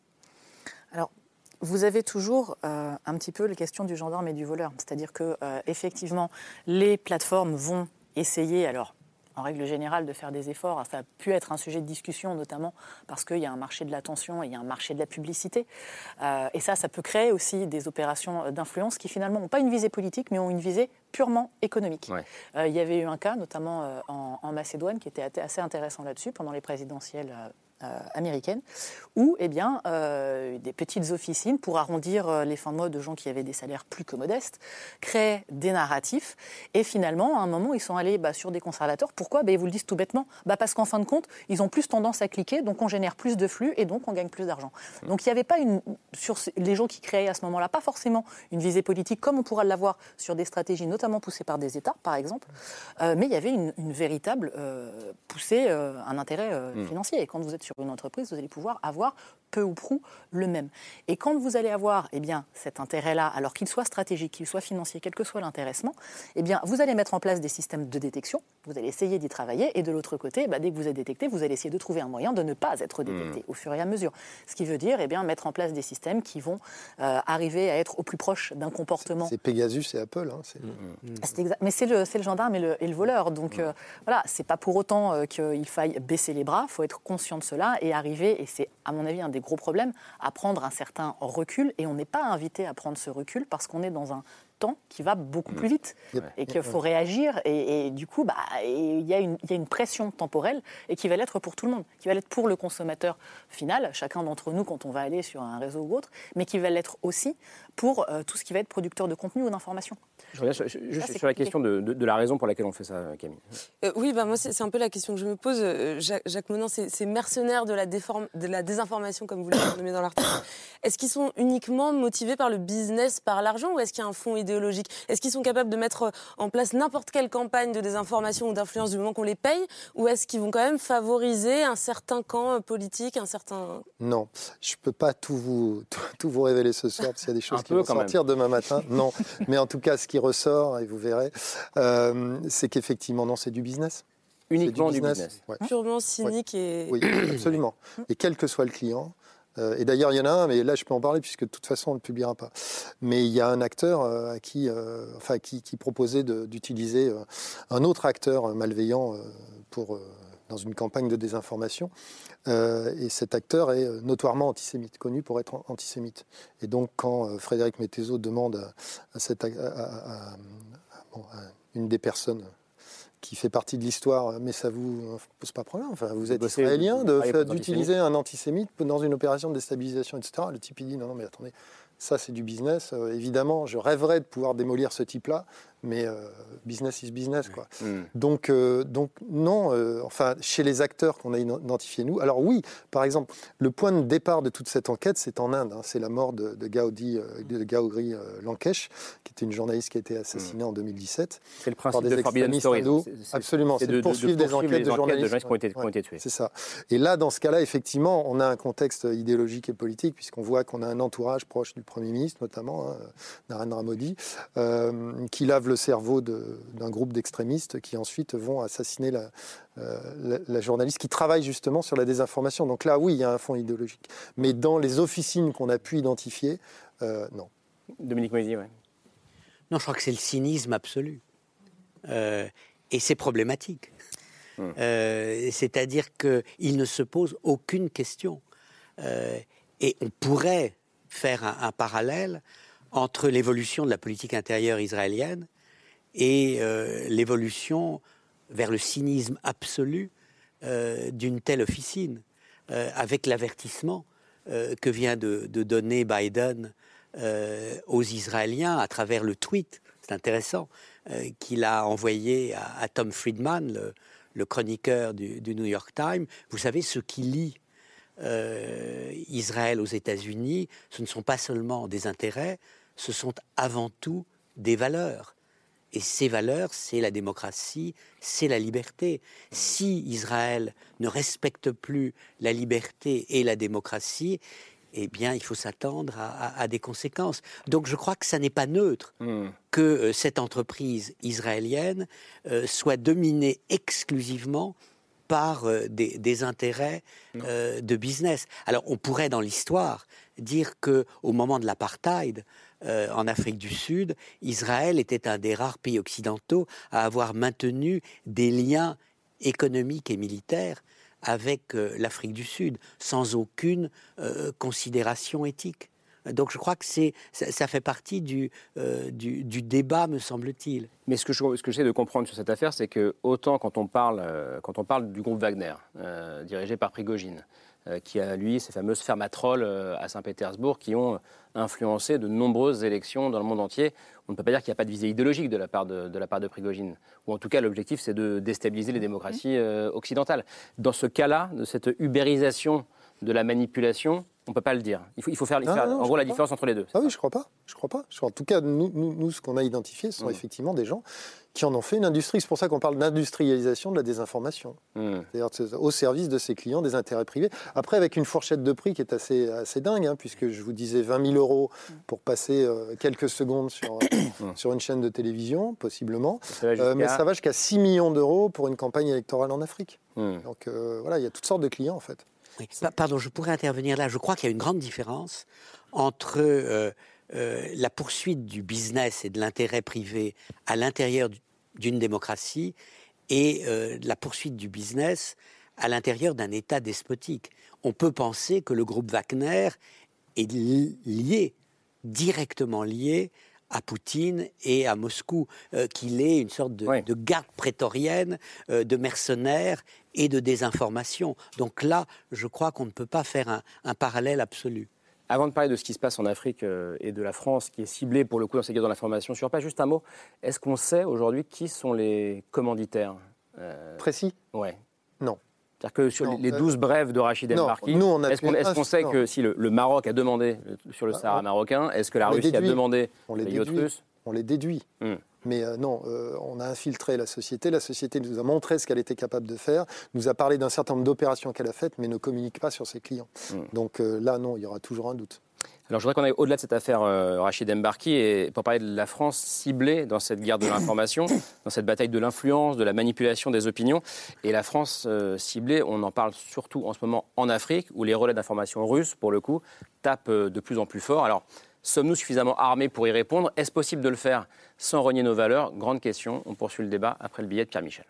Alors, vous avez toujours euh, un petit peu les questions du gendarme et du voleur. C'est-à-dire que, euh, effectivement, les plateformes vont essayer, alors, en règle générale, de faire des efforts. Ça a pu être un sujet de discussion, notamment parce qu'il y a un marché de l'attention et il y a un marché de la publicité. Euh, et ça, ça peut créer aussi des opérations d'influence qui, finalement, n'ont pas une visée politique, mais ont une visée purement économique. Ouais. Euh, il y avait eu un cas, notamment euh, en, en Macédoine, qui était assez intéressant là-dessus, pendant les présidentielles euh, euh, américaines, où eh bien, euh, des petites officines, pour arrondir euh, les fins de mois de gens qui avaient des salaires plus que modestes, créaient des narratifs. Et finalement, à un moment, ils sont allés bah, sur des conservateurs. Pourquoi bah, ils vous le disent tout bêtement. Bah, parce qu'en fin de compte, ils ont plus tendance à cliquer, donc on génère plus de flux et donc on gagne plus d'argent. Mmh. Donc il n'y avait pas, une, sur les gens qui créaient à ce moment-là, pas forcément une visée politique, comme on pourra l'avoir sur des stratégies, notamment poussées par des États, par exemple, euh, mais il y avait une, une véritable euh, poussée, euh, un intérêt euh, mmh. financier. Et quand vous êtes sur une entreprise, vous allez pouvoir avoir peu ou prou le même. Et quand vous allez avoir eh bien, cet intérêt-là, alors qu'il soit stratégique, qu'il soit financier, quel que soit l'intéressement, eh bien, vous allez mettre en place des systèmes de détection, vous allez essayer d'y travailler, et de l'autre côté, bah, dès que vous êtes détecté, vous allez essayer de trouver un moyen de ne pas être détecté mmh. au fur et à mesure. Ce qui veut dire eh bien, mettre en place des systèmes qui vont euh, arriver à être au plus proche d'un comportement. C'est, c'est Pegasus et Apple. Hein, c'est... Mmh. C'est exa... Mais c'est le, c'est le gendarme et le, et le voleur. Donc mmh. euh, voilà, c'est pas pour autant euh, qu'il faille baisser les bras, il faut être conscient de cela et arriver, et c'est à mon avis un des gros problèmes, à prendre un certain recul. Et on n'est pas invité à prendre ce recul parce qu'on est dans un temps qui va beaucoup plus vite yep. et qu'il faut réagir. Et, et du coup, bah, il y a une, il y a une pression temporelle et qui va l'être pour tout le monde, qui va l'être pour le consommateur final, chacun d'entre nous quand on va aller sur un réseau ou autre, mais qui va l'être aussi pour euh, tout ce qui va être producteur de contenu ou d'information. Je reviens sur, juste ça, sur la question de, de, de la raison pour laquelle on fait ça, Camille. Euh, oui, bah, moi, c'est, c'est un peu la question que je me pose. Euh, Jacques, Jacques Menin, c'est, c'est mercenaires de la, déforme, de la désinformation, comme vous l'avez nommé dans l'article. Est-ce qu'ils sont uniquement motivés par le business, par l'argent, ou est-ce qu'il y a un fond idéologique ? Est-ce qu'ils sont capables de mettre en place n'importe quelle campagne de désinformation ou d'influence du moment qu'on les paye, ou est-ce qu'ils vont quand même favoriser un certain camp politique, un certain... Non, je ne peux pas tout vous, tout, tout vous révéler ce soir, parce qu'il y a des choses qui vont sortir même. Demain matin. Non, mais en tout cas, ce qui ressort, et vous verrez, euh, c'est qu'effectivement, non, c'est du business. Uniquement du business. Du business. Ouais. Purement cynique ouais. et... Oui, absolument. Et quel que soit le client. Euh, et d'ailleurs, il y en a un, mais là, je peux en parler, puisque de toute façon, on ne le publiera pas. Mais il y a un acteur euh, à qui, euh, enfin, qui, qui proposait de, d'utiliser euh, un autre acteur malveillant euh, pour, euh, dans une campagne de désinformation. Euh, et cet acteur est notoirement antisémite, connu pour être antisémite. Et donc, quand euh, Frédéric Mettezo demande à, à, cette, à, à, à, à, bon, à une des personnes qui fait partie de l'histoire, mais ça vous pose pas problème. Enfin, vous êtes israélien, de, fait, d'utiliser un antisémite dans une opération de déstabilisation, et cetera. Le type, il dit non, non, mais attendez, ça, c'est du business. Euh, évidemment, je rêverais de pouvoir démolir ce type-là, mais euh, business is business, quoi. Mmh. Donc, euh, donc, non, euh, enfin, chez les acteurs qu'on a identifiés, nous, alors oui, par exemple, le point de départ de toute cette enquête, c'est en Inde. Hein, c'est la mort de, de, Gaudi, euh, de Gauri euh, Lankesh, qui était une journaliste qui a été assassinée mmh. en deux mille dix-sept. C'est le principe de Forbidden Stories. Absolument, c'est, c'est de, de poursuivre de, de des enquêtes les de journalistes, de journalistes qui, ont été, ouais, qui ont été tués. C'est ça. Et là, dans ce cas-là, effectivement, on a un contexte idéologique et politique, puisqu'on voit qu'on a un entourage proche du Premier ministre, notamment, hein, Narendra Modi, euh, qui lave le cerveau de, d'un groupe d'extrémistes qui ensuite vont assassiner la, euh, la, la journaliste qui travaille justement sur la désinformation. Donc là, oui, il y a un fond idéologique. Mais dans les officines qu'on a pu identifier, euh, non. Dominique Moïsi, oui. Non, je crois que c'est le cynisme absolu. Euh, et c'est problématique. Hum. Euh, c'est-à-dire qu'il ne se pose aucune question. Euh, et on pourrait faire un, un parallèle entre l'évolution de la politique intérieure israélienne et euh, l'évolution vers le cynisme absolu euh, d'une telle officine, euh, avec l'avertissement euh, que vient de, de donner Biden euh, aux Israéliens à travers le tweet, c'est intéressant, euh, qu'il a envoyé à, à Tom Friedman, le, le chroniqueur du, du New York Times, vous savez, ce qui lie euh, Israël aux États-Unis, ce ne sont pas seulement des intérêts, ce sont avant tout des valeurs. Et ces valeurs, c'est la démocratie, c'est la liberté. Si Israël ne respecte plus la liberté et la démocratie, eh bien, il faut s'attendre à, à, à des conséquences. Donc, je crois que ça n'est pas neutre mmh. que euh, cette entreprise israélienne euh, soit dominée exclusivement par euh, des, des intérêts euh, de business. Alors, on pourrait, dans l'histoire, dire qu'au moment de l'apartheid, Euh, en Afrique du Sud, Israël était un des rares pays occidentaux à avoir maintenu des liens économiques et militaires avec euh, l'Afrique du Sud, sans aucune euh, considération éthique. Donc je crois que c'est, ça, ça fait partie du, euh, du, du débat, me semble-t-il. Mais ce que, je, ce que j'essaie de comprendre sur cette affaire, c'est que autant quand on parle, euh, quand on parle du groupe Wagner, euh, dirigé par Prigojine, euh, qui a, lui, ces fameuses fermatrolles euh, à Saint-Pétersbourg, qui ont influencé de nombreuses élections dans le monde entier. On ne peut pas dire qu'il n'y a pas de visée idéologique de la part de, de, la part de Prigojine. Ou en tout cas, l'objectif, c'est de déstabiliser les démocraties euh, occidentales. Dans ce cas-là, de cette ubérisation de la manipulation, on ne peut pas le dire. Il faut, il faut faire, non, faire non, non, en gros la différence pas. entre les deux. Ah oui, je ne crois pas. Je crois pas. En tout cas, nous, nous, nous ce qu'on a identifié, ce sont mmh. effectivement des gens qui en ont fait une industrie. C'est pour ça qu'on parle d'industrialisation de la désinformation. Mmh. C'est-à-dire au service de ses clients, des intérêts privés. Après, avec une fourchette de prix qui est assez, assez dingue, hein, puisque je vous disais vingt mille euros pour passer euh, quelques secondes sur, mmh. sur une chaîne de télévision, possiblement. Ça euh, mais ça va jusqu'à six millions d'euros pour une campagne électorale en Afrique. Mmh. Donc euh, voilà, il y a toutes sortes de clients, en fait. Oui. Pardon, je pourrais intervenir là. Je crois qu'il y a une grande différence entre euh, euh, la poursuite du business et de l'intérêt privé à l'intérieur d'une démocratie et euh, la poursuite du business à l'intérieur d'un État despotique. On peut penser que le groupe Wagner est lié, directement lié à Poutine et à Moscou, euh, qu'il est une sorte de, oui. de garde prétorienne, euh, de mercenaires et de désinformation. Donc là, je crois qu'on ne peut pas faire un, un parallèle absolu. Avant de parler de ce qui se passe en Afrique euh, et de la France, qui est ciblée pour le coup dans ces guerres de l'information sur pas juste un mot, est-ce qu'on sait aujourd'hui qui sont les commanditaires euh... Précis ? Ouais. Non. C'est-à-dire que sur non, les douze euh, brèves de Rachid El-Barki, est-ce qu'on, est-ce qu'on sait que si le, le Maroc a demandé sur le Sahara ah, marocain, est-ce que la Russie a demandé on les, les yachts russes ? On les déduit. Hum. Mais euh, non, euh, on a infiltré la société. La société nous a montré ce qu'elle était capable de faire, nous a parlé d'un certain nombre d'opérations qu'elle a faites, mais ne communique pas sur ses clients. Hum. Donc euh, là, non, il y aura toujours un doute. Alors je voudrais qu'on aille au-delà de cette affaire euh, Rachid El-Barki et pour parler de la France ciblée dans cette guerre de l'information, dans cette bataille de l'influence, de la manipulation des opinions. Et la France euh, ciblée, on en parle surtout en ce moment en Afrique, où les relais d'information russes, pour le coup, tapent euh, de plus en plus fort. Alors, sommes-nous suffisamment armés pour y répondre ? Est-ce possible de le faire sans renier nos valeurs ? Grande question. On poursuit le débat après le billet de Pierre Michel.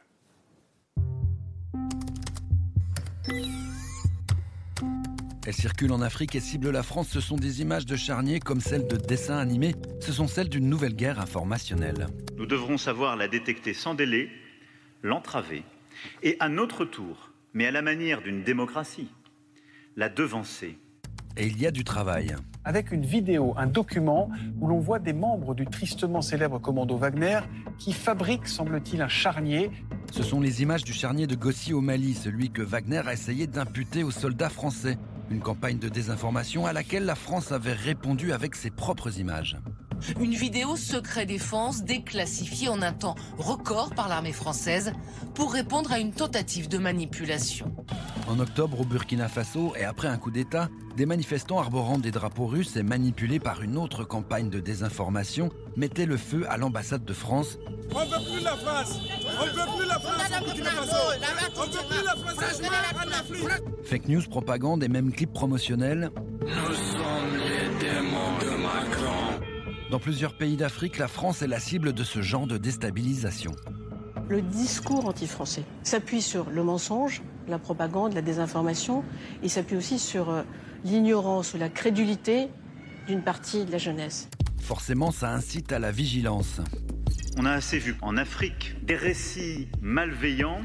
Elles circulent en Afrique et ciblent la France. Ce sont des images de charniers comme celles de dessins animés. Ce sont celles d'une nouvelle guerre informationnelle. Nous devrons savoir la détecter sans délai, l'entraver et à notre tour, mais à la manière d'une démocratie, la devancer. Et il y a du travail. Avec une vidéo, un document où l'on voit des membres du tristement célèbre commando Wagner qui fabriquent, semble-t-il, un charnier. Ce sont les images du charnier de Gossi au Mali, celui que Wagner a essayé d'imputer aux soldats français. Une campagne de désinformation à laquelle la France avait répondu avec ses propres images. Une vidéo secret défense déclassifiée en un temps record par l'armée française pour répondre à une tentative de manipulation. En octobre, au Burkina Faso, et après un coup d'État, des manifestants arborant des drapeaux russes et manipulés par une autre campagne de désinformation mettaient le feu à l'ambassade de France. On ne veut plus la France. On ne veut plus la France au Burkina Faso. On ne veut plus la France en Afrique. Fake news, propagande et même clips promotionnels. Nous sommes les démons de Macron. Dans plusieurs pays d'Afrique, la France est la cible de ce genre de déstabilisation. Le discours anti-français s'appuie sur le mensonge, la propagande, la désinformation. Il s'appuie aussi sur euh, l'ignorance ou la crédulité d'une partie de la jeunesse. Forcément, ça incite à la vigilance. On a assez vu en Afrique des récits malveillants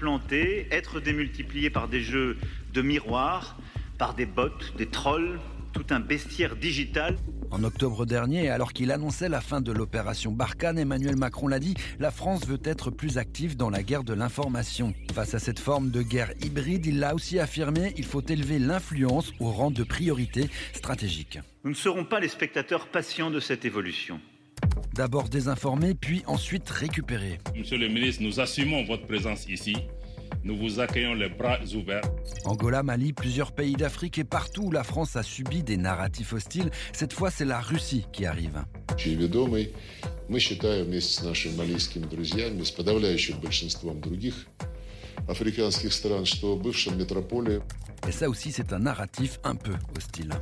s'implanter, être démultipliés par des jeux de miroirs, par des bots, des trolls, tout un bestiaire digital. En octobre dernier, alors qu'il annonçait la fin de l'opération Barkhane, Emmanuel Macron l'a dit, la France veut être plus active dans la guerre de l'information. Face à cette forme de guerre hybride, il l'a aussi affirmé, il faut élever l'influence au rang de priorité stratégique. Nous ne serons pas les spectateurs patients de cette évolution. D'abord désinformer, puis ensuite récupérer. Monsieur le ministre, nous assumons votre présence ici. Nous vous accueillons les bras ouverts. Angola, Mali, plusieurs pays d'Afrique et partout où la France a subi des narratifs hostiles, cette fois c'est la Russie qui arrive. Мы считаем вместе с нашими малийскими друзьями, с подавляющим большинством других африканских стран, что бывшая метрополия. Et ça aussi c'est un narratif un peu hostile.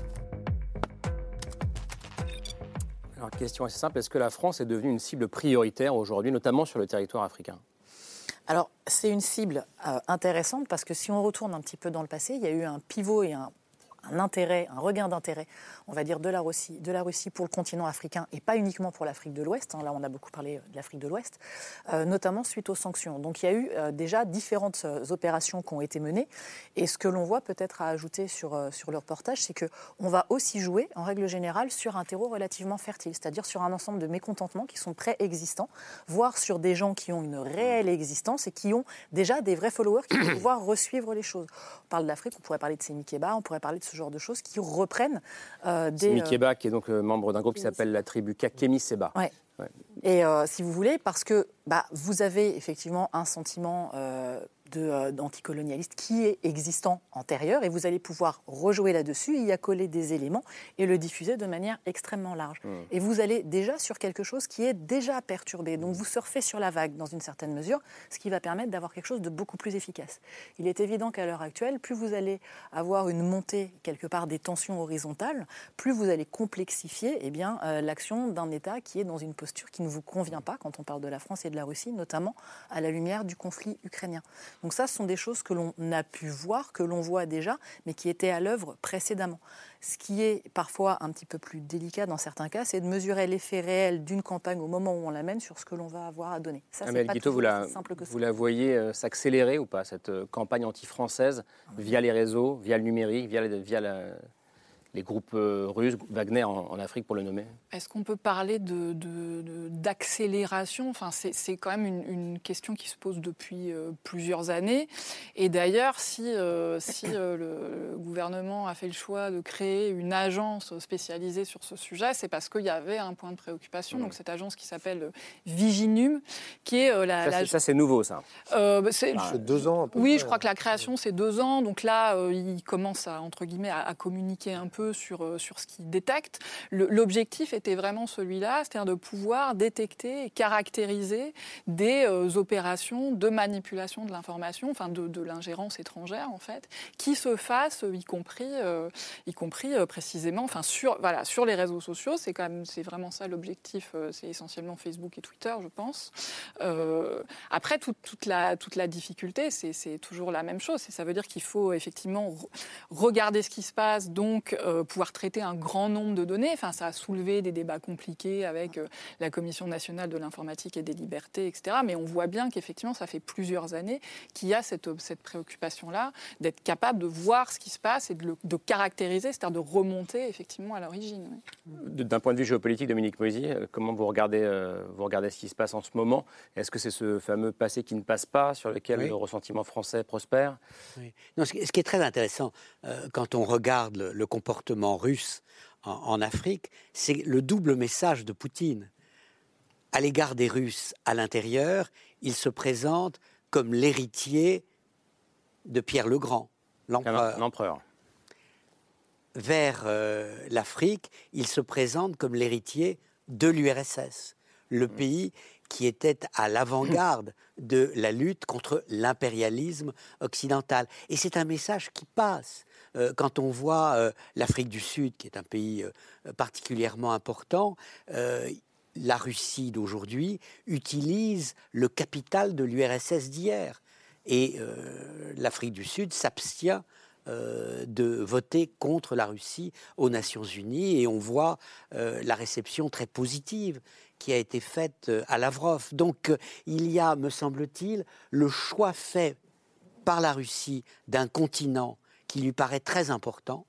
Alors, question assez simple, est-ce que la France est devenue une cible prioritaire aujourd'hui, notamment sur le territoire africain ? Alors, c'est une cible euh, intéressante parce que si on retourne un petit peu dans le passé, il y a eu un pivot et un, un intérêt, un regain d'intérêt, on va dire, de la Russie, de la Russie pour le continent africain et pas uniquement pour l'Afrique de l'Ouest. Hein, là, on a beaucoup parlé de l'Afrique de l'Ouest, euh, notamment suite aux sanctions. Donc, il y a eu euh, déjà différentes euh, opérations qui ont été menées. Et ce que l'on voit peut-être à ajouter sur, euh, sur le reportage, c'est qu'on va aussi jouer, en règle générale, sur un terreau relativement fertile, c'est-à-dire sur un ensemble de mécontentements qui sont préexistants, voire sur des gens qui ont une réelle existence et qui ont déjà des vrais followers qui vont pouvoir resuivre les choses. On parle de l'Afrique, on pourrait parler de Sémi Keba, on pourrait parler de ce genre de choses qui reprennent euh, des... Sémi Keba, qui est donc euh, membre d'un groupe qui s'appelle la tribu Kakemi Seba. Ouais. Ouais. Et euh, si vous voulez, parce que bah, vous avez effectivement un sentiment euh, de, euh, d'anticolonialiste qui est existant antérieur et vous allez pouvoir rejouer là-dessus, y accoler des éléments et le diffuser de manière extrêmement large. Mmh. Et vous allez déjà sur quelque chose qui est déjà perturbé. Donc vous surfez sur la vague dans une certaine mesure, ce qui va permettre d'avoir quelque chose de beaucoup plus efficace. Il est évident qu'à l'heure actuelle, plus vous allez avoir une montée quelque part des tensions horizontales, plus vous allez complexifier eh bien, euh, l'action d'un État qui est dans une posture qui ne vous convient pas quand on parle de la France et de la Russie, notamment à la lumière du conflit ukrainien. Donc ça, ce sont des choses que l'on a pu voir, que l'on voit déjà, mais qui étaient à l'œuvre précédemment. Ce qui est parfois un petit peu plus délicat dans certains cas, c'est de mesurer l'effet réel d'une campagne au moment où on la mène sur ce que l'on va avoir à donner. Ça, c'est pas Guito, vous la, simple que ça. Vous la voyez euh, s'accélérer ou pas, cette euh, campagne anti-française, via les réseaux, via le numérique, via, les, via la... les groupes euh, russes, Wagner en, en Afrique pour le nommer? Est-ce qu'on peut parler de, de, de, d'accélération? Enfin, c'est, c'est quand même une, une question qui se pose depuis euh, plusieurs années. Et d'ailleurs, si, euh, si euh, le, le gouvernement a fait le choix de créer une agence spécialisée sur ce sujet, c'est parce qu'il y avait un point de préoccupation. Mmh. Donc cette agence qui s'appelle Viginum, qui est euh, la... Ça, la... C'est, ça, c'est nouveau, ça. Euh, bah, c'est... c'est deux ans. Un peu oui, près. Je crois que la création, c'est deux ans. Donc là, euh, il commence à, entre guillemets, à, à communiquer un peu sur, sur ce qu'il détecte. Le, l'objectif était vraiment celui-là, c'est-à-dire de pouvoir détecter et caractériser des euh, opérations de manipulation de l'information, enfin de, de l'ingérence étrangère en fait, qui se fassent, y compris, euh, y compris euh, précisément, enfin sur, voilà, sur les réseaux sociaux. C'est quand même, c'est vraiment ça l'objectif. Euh, c'est essentiellement Facebook et Twitter, je pense. Euh, après, tout, toute la toute la difficulté, c'est, c'est toujours la même chose. C'est, ça veut dire qu'il faut effectivement re- regarder ce qui se passe, donc euh, pouvoir traiter un grand nombre de données. Enfin, ça a soulevé des débats compliqués avec euh, la Commission nationale de l'informatique et des libertés, et cetera. Mais on voit bien qu'effectivement, ça fait plusieurs années qu'il y a cette, cette préoccupation-là d'être capable de voir ce qui se passe et de, le, de caractériser, c'est-à-dire de remonter effectivement à l'origine. Oui. D'un point de vue géopolitique, Dominique Moisy, comment vous regardez, euh, vous regardez ce qui se passe en ce moment? Est-ce que c'est ce fameux passé qui ne passe pas, sur lequel oui. le ressentiment français prospère? Oui. Non, ce qui est très intéressant, euh, quand on regarde le, le comportement russe en, en Afrique, c'est le double message de Poutine. À l'égard des Russes à l'intérieur, il se présente comme l'héritier de Pierre le Grand, l'empereur. l'empereur. Vers euh, l'Afrique, il se présente comme l'héritier de l'U R S S, le mmh. pays qui était à l'avant-garde de la lutte contre l'impérialisme occidental. Et c'est un message qui passe. Euh, quand on voit euh, l'Afrique du Sud, qui est un pays euh, particulièrement important, euh, la Russie d'aujourd'hui utilise le capital de l'U R S S d'hier. Et euh, l'Afrique du Sud s'abstient euh, de voter contre la Russie aux Nations Unies. Et on voit euh, la réception très positive qui a été faite euh, à Lavrov. Donc euh, il y a, me semble-t-il, le choix fait par la Russie d'un continent qui lui paraît très important,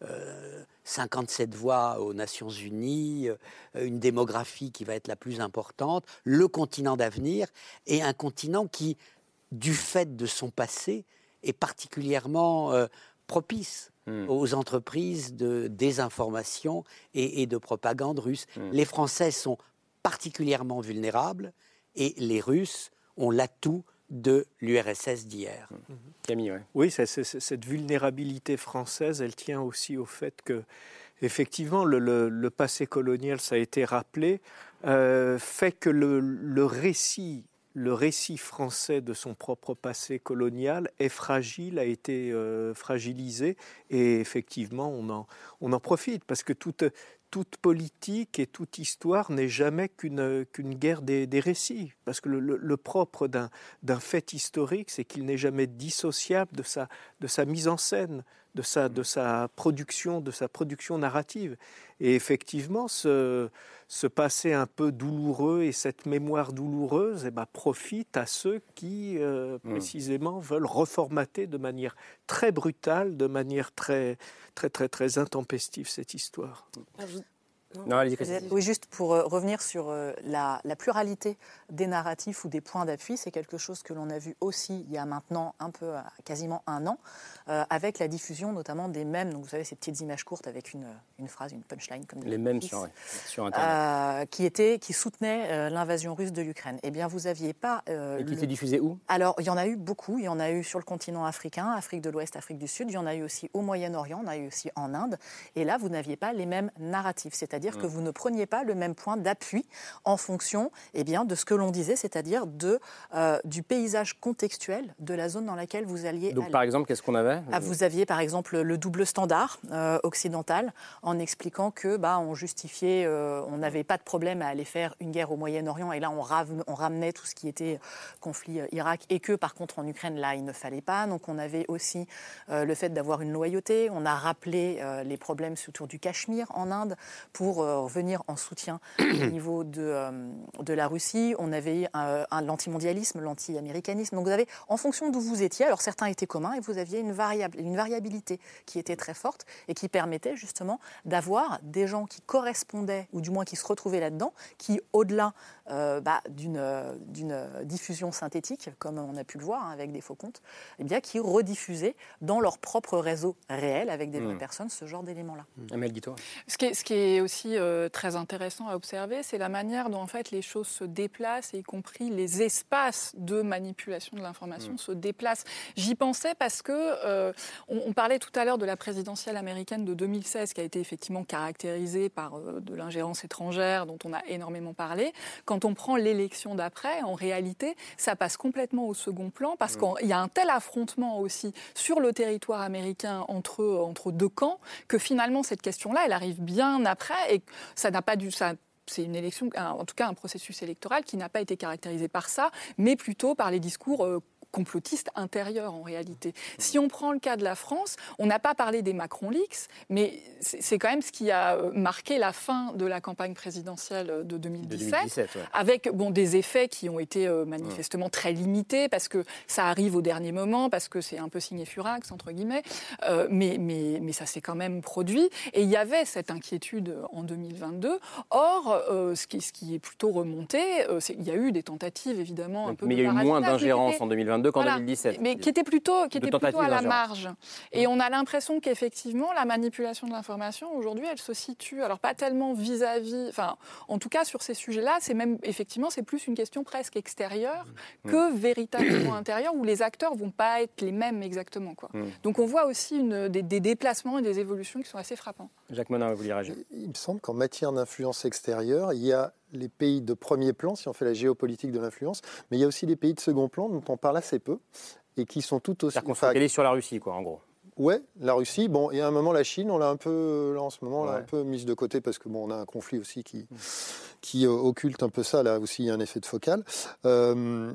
euh, cinquante-sept voix aux Nations Unies, euh, une démographie qui va être la plus importante, le continent d'avenir, et un continent qui, du fait de son passé, est particulièrement euh, propice mmh. aux entreprises de désinformation et, et de propagande russe. Mmh. Les Français sont particulièrement vulnérables et les Russes ont l'atout de l'U R S S d'hier. Mmh. Camille, ouais. Oui, c'est, c'est, cette vulnérabilité française, elle tient aussi au fait que, effectivement, le, le, le passé colonial, ça a été rappelé, euh, fait que le, le récit Le récit français de son propre passé colonial est fragile, a été euh, fragilisé, et effectivement, on en, on en profite, parce que toute, toute politique et toute histoire n'est jamais qu'une, qu'une guerre des, des récits, parce que le, le, le propre d'un, d'un fait historique, c'est qu'il n'est jamais dissociable de sa, de sa mise en scène, de sa, de sa production, de sa production narrative. Et effectivement, ce, ce passé un peu douloureux et cette mémoire douloureuse eh ben, profitent à ceux qui, euh, mmh. précisément, veulent reformater de manière très brutale, de manière très, très, très, très intempestive cette histoire. Ah, vous... Non, allez-y, oui, juste pour euh, revenir sur euh, la, la pluralité des narratifs ou des points d'appui, c'est quelque chose que l'on a vu aussi il y a maintenant un peu, quasiment un an, euh, avec la diffusion notamment des mèmes. Donc vous savez, ces petites images courtes avec une, une phrase, une punchline comme les mèmes sur, ouais, sur Internet, euh, qui étaient, qui soutenaient euh, l'invasion russe de l'Ukraine. Eh bien, vous n'aviez pas. Euh, Et qui le... était diffusé où ? Alors, il y en a eu beaucoup. Il y en a eu sur le continent africain, Afrique de l'Ouest, Afrique du Sud. Il y en a eu aussi au Moyen-Orient. Il y en a eu aussi en Inde. Et là, vous n'aviez pas les mêmes narratifs, c'est-à-dire c'est-à-dire que vous ne preniez pas le même point d'appui en fonction eh bien, de ce que l'on disait, c'est-à-dire de, euh, du paysage contextuel de la zone dans laquelle vous alliez Donc, aller. par exemple, qu'est-ce qu'on avait ? ah, Vous aviez, par exemple, le double standard euh, occidental en expliquant que bah, on justifiait, euh, on n'avait pas de problème à aller faire une guerre au Moyen-Orient et là, on, rave, on ramenait tout ce qui était conflit euh, Irak et que, par contre, en Ukraine, là, il ne fallait pas. Donc, on avait aussi euh, le fait d'avoir une loyauté. On a rappelé euh, les problèmes autour du Cachemire en Inde pour euh, venir en soutien au niveau de, euh, de la Russie. On avait un, un, l'antimondialisme, l'anti-américanisme. Donc vous avez, en fonction d'où vous étiez, alors certains étaient communs et vous aviez une, variable, une variabilité qui était très forte et qui permettait justement d'avoir des gens qui correspondaient, ou du moins qui se retrouvaient là-dedans, qui au-delà euh, bah, d'une, d'une diffusion synthétique, comme on a pu le voir hein, avec des faux comptes, eh bien, qui rediffusaient dans leur propre réseau réel, avec des mmh. vraies personnes, ce genre d'éléments-là. Amel Guito. Ce qui est, ce qui est aussi euh, très intéressant à observer, c'est la manière dont en fait, les choses se déplacent, et y compris les espaces de manipulation de l'information mmh. se déplacent. J'y pensais parce que euh, on, on parlait tout à l'heure de la présidentielle américaine de deux mille seize, qui a été effectivement caractérisée par euh, de l'ingérence étrangère, dont on a énormément parlé. Quand on prend l'élection d'après, en réalité, ça passe complètement au second plan, parce mmh. qu'il y a un tel affrontement aussi sur le territoire américain entre, entre deux camps, que finalement, cette question-là, elle arrive bien après, et ça n'a pas dû... Ça, c'est une élection, en tout cas un processus électoral qui n'a pas été caractérisé par ça, mais plutôt par les discours euh, complotistes intérieurs en réalité. Si on prend le cas de la France, on n'a pas parlé des Macron Leaks, mais c'est, c'est quand même ce qui a marqué la fin de la campagne présidentielle de deux mille dix-sept, de deux mille dix-sept ouais. avec bon, des effets qui ont été euh, manifestement ouais. très limités, parce que ça arrive au dernier moment, parce que c'est un peu signé furax, entre guillemets, euh, mais, mais, mais ça s'est quand même produit. Et il y avait cette inquiétude en deux mille vingt-deux. Or, euh, ce, qui, ce qui est plutôt remonté, euh, c'est, il y a eu des tentatives, évidemment, un peu mais de il y a eu moins d'ingérence était... en deux mille vingt-deux qu'en voilà. deux mille dix-sept. Mais qui était plutôt, qui était plutôt à la marge. Et on a l'impression qu'effectivement, la manipulation de l'information, aujourd'hui, elle se situe, alors pas tellement vis-à-vis, enfin, en tout cas, sur ces sujets-là, c'est même, effectivement, c'est plus une question presque extérieure mmh. que véritablement intérieure, où les acteurs vont pas être les mêmes exactement, quoi. Mmh. Donc on voit aussi une, des, des déplacements et des évolutions qui sont assez frappants. Jacques Monin, vous voulez réagir ? Il me semble qu'en matière d'influence extérieure, il y a les pays de premier plan, si on fait la géopolitique de l'influence, mais il y a aussi les pays de second plan dont on parle assez peu et qui sont tout aussi... C'est-à-dire qu'on se focalise sur la Russie, quoi, en gros. Ouais, la Russie. Bon, il y a un moment, la Chine, on l'a un peu, là, en ce moment, on l'a ouais. un peu mise de côté parce que bon, on a un conflit aussi qui, mmh. qui euh, occulte un peu ça. Là aussi, il y a un effet de focale. Euh,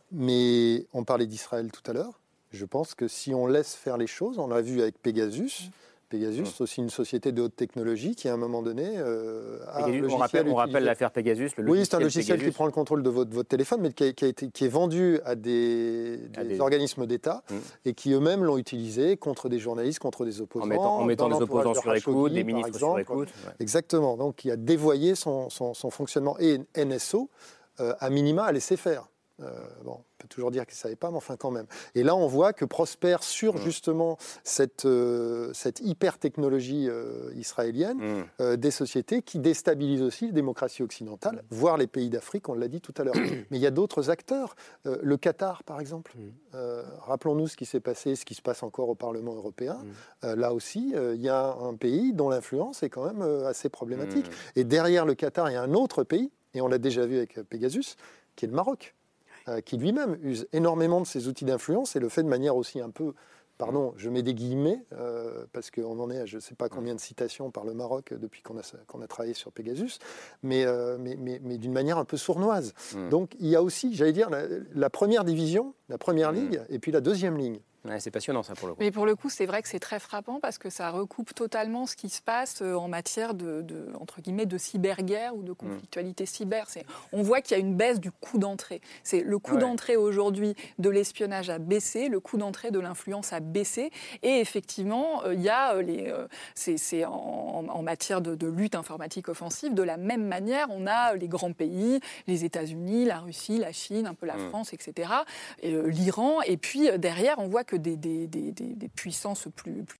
mais on parlait d'Israël tout à l'heure. Je pense que si on laisse faire les choses, on l'a vu avec Pegasus, Pegasus, c'est aussi une société de haute technologie qui, à un moment donné, euh, a Pegasus, un logiciel on, rappelle, on rappelle utilisé. l'affaire Pegasus. Le oui, c'est un logiciel Pegasus. qui prend le contrôle de votre, votre téléphone, mais qui, a, qui, a été, qui est vendu à des, des, à des... organismes d'État mmh. et qui eux-mêmes l'ont utilisé contre des journalistes, contre des opposants. En mettant, en mettant des opposants sur écoute, des ministres sur écoute. Ouais. Exactement. Donc, qui a dévoyé son, son, son fonctionnement. Et N S O, euh, à minima, a laissé faire. Euh, bon, on peut toujours dire qu'il ne savait pas, mais enfin quand même. Et là, on voit que prospère sur justement cette, euh, cette hyper-technologie euh, israélienne mm. euh, des sociétés qui déstabilisent aussi les démocraties occidentales, mm. voire les pays d'Afrique, on l'a dit tout à l'heure. Mais il y a d'autres acteurs. Euh, le Qatar, par exemple. Mm. Euh, rappelons-nous ce qui s'est passé, ce qui se passe encore au Parlement européen. Mm. Euh, là aussi, il euh, y a un pays dont l'influence est quand même euh, assez problématique. Mm. Et derrière le Qatar, il y a un autre pays, et on l'a déjà vu avec Pegasus, qui est le Maroc. Euh, qui lui-même use énormément de ses outils d'influence et le fait de manière aussi un peu, pardon, je mets des guillemets, euh, parce qu'on en est à je ne sais pas combien de citations par le Maroc depuis qu'on a, qu'on a travaillé sur Pegasus, mais, euh, mais, mais, mais d'une manière un peu sournoise. Mmh. Donc il y a aussi, j'allais dire, la, la première division, la première mmh. ligue, et puis la deuxième ligne. Ouais, c'est passionnant ça pour le coup. Mais pour le coup, c'est vrai que c'est très frappant parce que ça recoupe totalement ce qui se passe en matière de, de entre guillemets, de cyberguerre ou de conflictualité mmh. cyber. C'est, on voit qu'il y a une baisse du coût d'entrée. C'est le coût ouais. d'entrée aujourd'hui de l'espionnage a baissé, le coût d'entrée de l'influence a baissé, et effectivement, il y a les, c'est, c'est en, en matière de, de lutte informatique offensive. De la même manière, on a les grands pays, les États-Unis, la Russie, la Chine, un peu la mmh. France, et cetera, et, euh, l'Iran, et puis derrière, on voit que Des, des, des, des puissances plus, plus...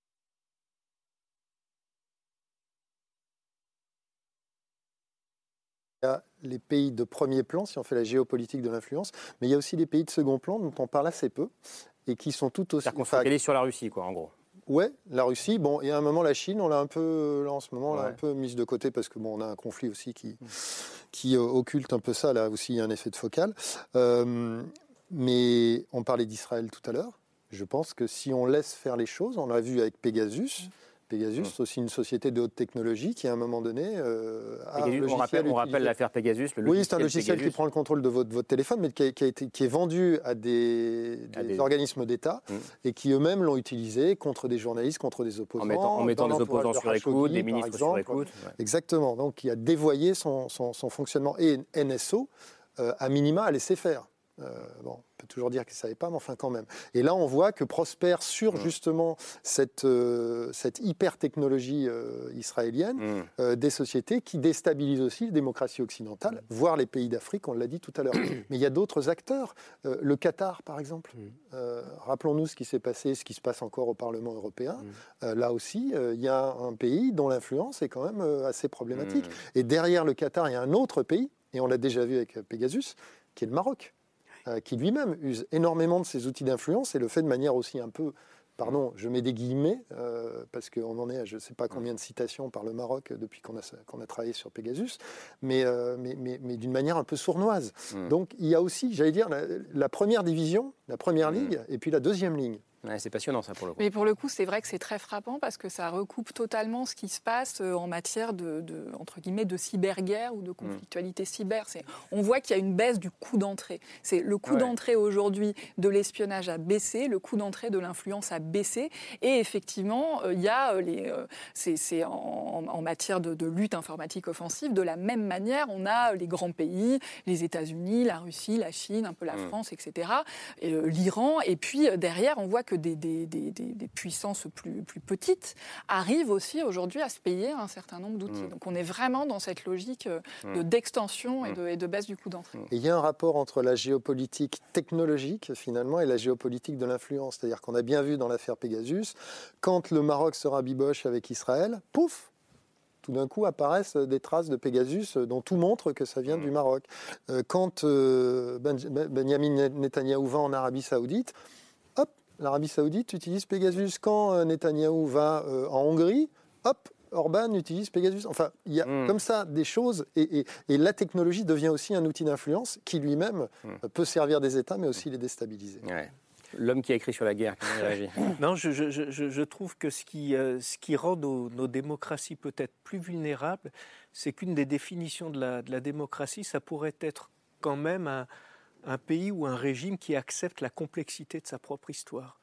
Il y a les pays de premier plan, si on fait la géopolitique de l'influence, mais il y a aussi des pays de second plan dont on parle assez peu et qui sont tout aussi... C'est-à-dire qu'on se focalise sur la Russie, quoi, en gros. Ouais, la Russie. Bon, et à un moment, la Chine, on l'a un peu, là, en ce moment, on l'a ouais. un peu mise de côté parce que bon, on a un conflit aussi qui, qui euh, occulte un peu ça. Là aussi, il y a un effet de focal. Euh, mais on parlait d'Israël tout à l'heure. Je pense que si on laisse faire les choses, on l'a vu avec Pegasus, Pegasus, mmh. c'est aussi une société de haute technologie qui, à un moment donné, euh, a Pegasus, un logiciel on rappelle, on rappelle l'affaire Pegasus. Le oui, c'est un logiciel Pegasus. qui prend le contrôle de votre, votre téléphone, mais qui, a, qui, a été, qui est vendu à des, des, à des... organismes d'État mmh. et qui eux-mêmes l'ont utilisé contre des journalistes, contre des opposants. En mettant, en mettant des opposants sur écoute, des ministres exemple, sur écoute. Ouais. Exactement. Donc, qui a dévoyé son, son, son fonctionnement. Et N S O, euh, à minima, a laissé faire. Euh, bon, on peut toujours dire qu'il ne savait pas, mais enfin quand même. Et là, on voit que prospère sur justement cette, euh, cette hyper-technologie euh, israélienne mm. euh, des sociétés qui déstabilisent aussi les démocraties occidentales, mm. voire les pays d'Afrique, on l'a dit tout à l'heure. Mais il y a d'autres acteurs. Euh, le Qatar, par exemple. Mm. Euh, rappelons-nous ce qui s'est passé, ce qui se passe encore au Parlement européen. Mm. Euh, là aussi, il euh, y a un pays dont l'influence est quand même euh, assez problématique. Mm. Et derrière le Qatar, il y a un autre pays, et on l'a déjà vu avec Pegasus, qui est le Maroc. Qui lui-même use énormément de ses outils d'influence et le fait de manière aussi un peu, pardon, je mets des guillemets, euh, parce qu'on en est à je ne sais pas combien de citations par le Maroc depuis qu'on a, qu'on a travaillé sur Pegasus, mais, euh, mais, mais, mais d'une manière un peu sournoise. Mmh. Donc il y a aussi, j'allais dire, la, la première division, la première mmh. ligue, et puis la deuxième ligne. Ouais, c'est passionnant ça pour le coup. Mais pour le coup, c'est vrai que c'est très frappant parce que ça recoupe totalement ce qui se passe en matière de, de entre guillemets, de cyberguerre ou de conflictualité mmh. cyber. C'est, on voit qu'il y a une baisse du coût d'entrée. C'est le coût ouais. d'entrée aujourd'hui de l'espionnage a baissé, le coût d'entrée de l'influence a baissé, et effectivement, il y a les, c'est, c'est en, en matière de, de lutte informatique offensive. De la même manière, on a les grands pays, les États-Unis, la Russie, la Chine, un peu la mmh. France, et cetera, et, euh, l'Iran, et puis derrière, on voit que Des, des, des, des puissances plus, plus petites arrivent aussi aujourd'hui à se payer un certain nombre d'outils. Mmh. Donc on est vraiment dans cette logique de, d'extension mmh. et, de, et de baisse du coût d'entrée. Et il y a un rapport entre la géopolitique technologique finalement et la géopolitique de l'influence. C'est-à-dire qu'on a bien vu dans l'affaire Pegasus, quand le Maroc se rabiboche avec Israël, pouf, tout d'un coup apparaissent des traces de Pegasus dont tout montre que ça vient mmh. du Maroc. Quand euh, ben, Benjamin Netanyahou va en Arabie Saoudite, l'Arabie Saoudite utilise Pegasus. Quand euh, Netanyahou va euh, en Hongrie, hop, Orban utilise Pegasus. Enfin, il y a mmh. comme ça des choses. Et, et, et la technologie devient aussi un outil d'influence qui lui-même mmh. euh, peut servir des États, mais aussi les déstabiliser. Ouais. L'homme qui a écrit sur la guerre, comment il réagit ? Non, je, je, je, je trouve que ce qui, euh, ce qui rend nos, nos démocraties peut-être plus vulnérables, c'est qu'une des définitions de la, de la démocratie, ça pourrait être quand même un... un pays ou un régime qui accepte la complexité de sa propre histoire.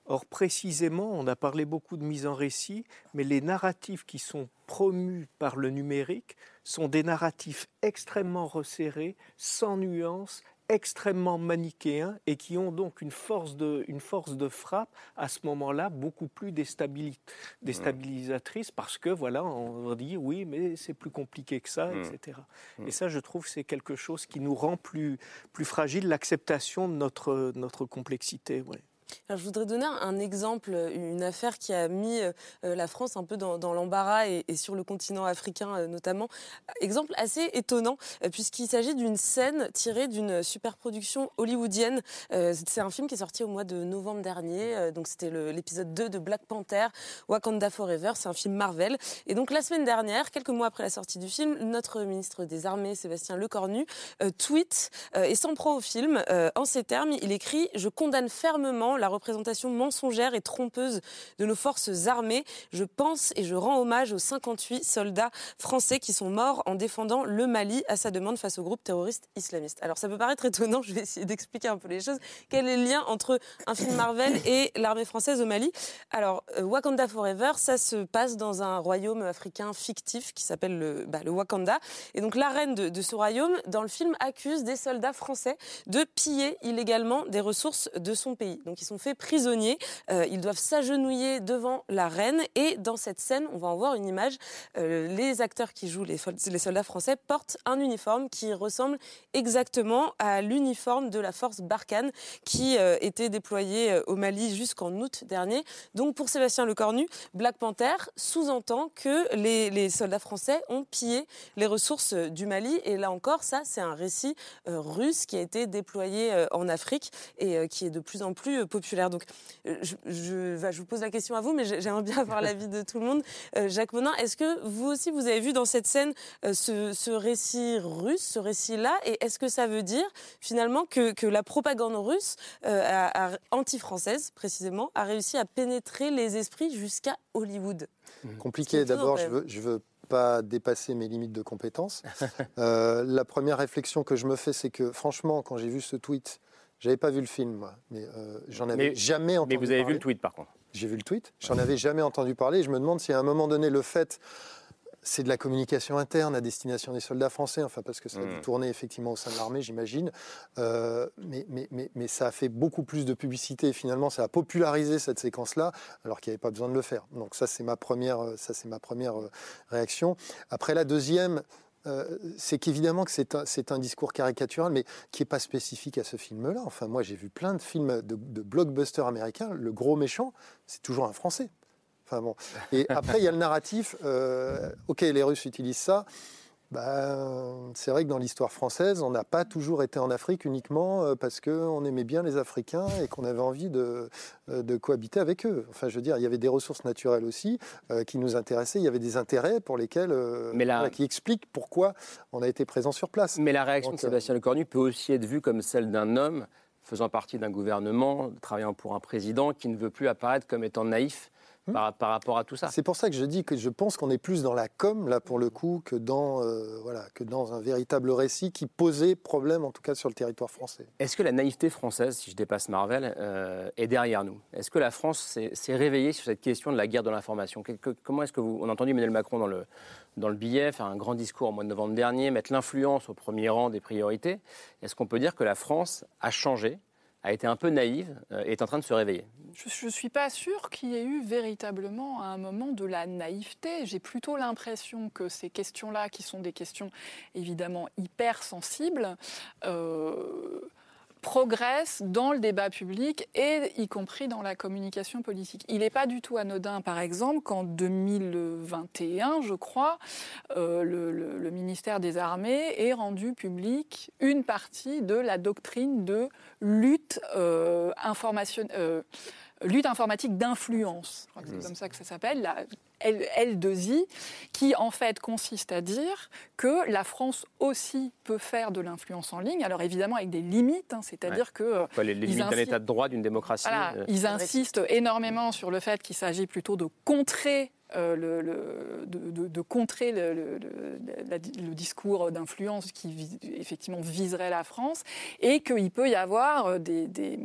Or, précisément, on a parlé beaucoup de mise en récit, mais les narratifs qui sont promus par le numérique sont des narratifs extrêmement resserrés, sans nuance, extrêmement manichéens et qui ont donc une force de, une force de frappe à ce moment-là beaucoup plus déstabilis, déstabilisatrice parce que voilà, on dit oui mais c'est plus compliqué que ça, mmh. et cetera. Mmh. Et ça je trouve c'est quelque chose qui nous rend plus, plus fragile, l'acceptation de notre, notre complexité. Ouais. Alors, je voudrais donner un exemple, une affaire qui a mis euh, la France un peu dans, dans l'embarras et, et sur le continent africain euh, notamment. Exemple assez étonnant euh, puisqu'il s'agit d'une scène tirée d'une superproduction hollywoodienne. Euh, c'est un film qui est sorti au mois de novembre dernier. Euh, donc c'était le, l'épisode deux de Black Panther, Wakanda Forever. C'est un film Marvel. Et donc la semaine dernière, quelques mois après la sortie du film, notre ministre des Armées, Sébastien Lecornu, euh, tweet euh, et s'en prend au film. Euh, en ces termes, il écrit « Je condamne fermement la représentation mensongère et trompeuse de nos forces armées. Je pense et je rends hommage aux cinquante-huit soldats français qui sont morts en défendant le Mali à sa demande face au groupe terroriste islamiste. » Alors ça peut paraître étonnant, je vais essayer d'expliquer un peu les choses. Quel est le lien entre un film Marvel et l'armée française au Mali ? Alors, euh, Wakanda Forever, ça se passe dans un royaume africain fictif qui s'appelle le, bah, le Wakanda. Et donc la reine de, de ce royaume, dans le film, accuse des soldats français de piller illégalement des ressources de son pays. Donc ils sont faits prisonniers, euh, ils doivent s'agenouiller devant la reine et dans cette scène, on va en voir une image, euh, les acteurs qui jouent les, les soldats français portent un uniforme qui ressemble exactement à l'uniforme de la force Barkhane qui euh, était déployée euh, au Mali jusqu'en août dernier. Donc pour Sébastien Lecornu, Black Panther sous-entend que les, les soldats français ont pillé les ressources du Mali et là encore, ça c'est un récit euh, russe qui a été déployé euh, en Afrique et euh, qui est de plus en plus euh, populaire. Donc, je, je, je vous pose la question à vous, mais j'aimerais bien avoir l'avis de tout le monde. Euh, Jacques Monin, est-ce que vous aussi, vous avez vu dans cette scène euh, ce, ce récit russe, ce récit-là, et est-ce que ça veut dire, finalement, que, que la propagande russe, euh, a, a, anti-française, précisément, a réussi à pénétrer les esprits jusqu'à Hollywood ? Compliqué. D'abord, je veux... Je veux... pas dépasser mes limites de compétences. euh, la première réflexion que je me fais, c'est que franchement, quand j'ai vu ce tweet, j'avais pas vu le film, moi, mais euh, j'en avais mais, jamais entendu parler. Mais vous avez parler. vu le tweet, par contre. J'ai vu le tweet, j'en avais jamais entendu parler. Et je me demande si à un moment donné, le fait, c'est de la communication interne à destination des soldats français, enfin parce que ça a dû tourner effectivement au sein de l'armée, j'imagine. Euh, mais, mais, mais, mais ça a fait beaucoup plus de publicité. Finalement, ça a popularisé cette séquence-là, alors qu'il n'y avait pas besoin de le faire. Donc ça, c'est ma première, ça, c'est ma première réaction. Après, la deuxième, euh, c'est qu'évidemment que c'est un, c'est un discours caricatural, mais qui n'est pas spécifique à ce film-là. Enfin, moi, j'ai vu plein de films de, de blockbusters américains. Le gros méchant, c'est toujours un Français. Enfin bon. Et après, il y a le narratif. Euh, ok, les Russes utilisent ça. Ben, c'est vrai que dans l'histoire française, on n'a pas toujours été en Afrique uniquement parce qu'on aimait bien les Africains et qu'on avait envie de, de cohabiter avec eux. Enfin, je veux dire, il y avait des ressources naturelles aussi euh, qui nous intéressaient. Il y avait des intérêts pour lesquels, euh, la... voilà, qui expliquent pourquoi on a été présent sur place. Mais la réaction Donc, de Sébastien Lecornu peut aussi être vue comme celle d'un homme faisant partie d'un gouvernement, travaillant pour un président qui ne veut plus apparaître comme étant naïf. Par, par rapport à tout ça. C'est pour ça que je dis que je pense qu'on est plus dans la com, là, pour le coup, que dans, euh, voilà, que dans un véritable récit qui posait problème, en tout cas sur le territoire français. Est-ce que la naïveté française, si je dépasse Marvel, euh, est derrière nous ? Est-ce que la France s'est, s'est réveillée sur cette question de la guerre de l'information ? que, que, Comment est-ce que vous... On a entendu Emmanuel Macron dans le, dans le billet faire un grand discours au mois de novembre dernier, mettre l'influence au premier rang des priorités. Est-ce qu'on peut dire que la France a changé, a été un peu naïve et est en train de se réveiller ? Je ne suis pas sûre qu'il y ait eu véritablement à un moment de la naïveté. J'ai plutôt l'impression que ces questions-là, qui sont des questions évidemment hyper sensibles, euh, progressent dans le débat public et y compris dans la communication politique. Il n'est pas du tout anodin, par exemple, qu'en deux mille vingt et un, je crois, euh, le, le, le ministère des Armées ait rendu public une partie de la doctrine de lutte euh, informationnelle. Euh, lutte informatique d'influence, je crois que c'est comme ça que ça s'appelle, la L deux I, qui en fait consiste à dire que la France aussi peut faire de l'influence en ligne, alors évidemment avec des limites, hein, c'est-à-dire ouais. que... Les, les limites insistent, d'un état de droit, d'une démocratie. Voilà, euh... Ils insistent énormément sur le fait qu'il s'agit plutôt de contrer Euh, le, le, de, de, de contrer le, le, le, la, le discours d'influence qui vis, effectivement viserait la France et qu'il peut y avoir des, des,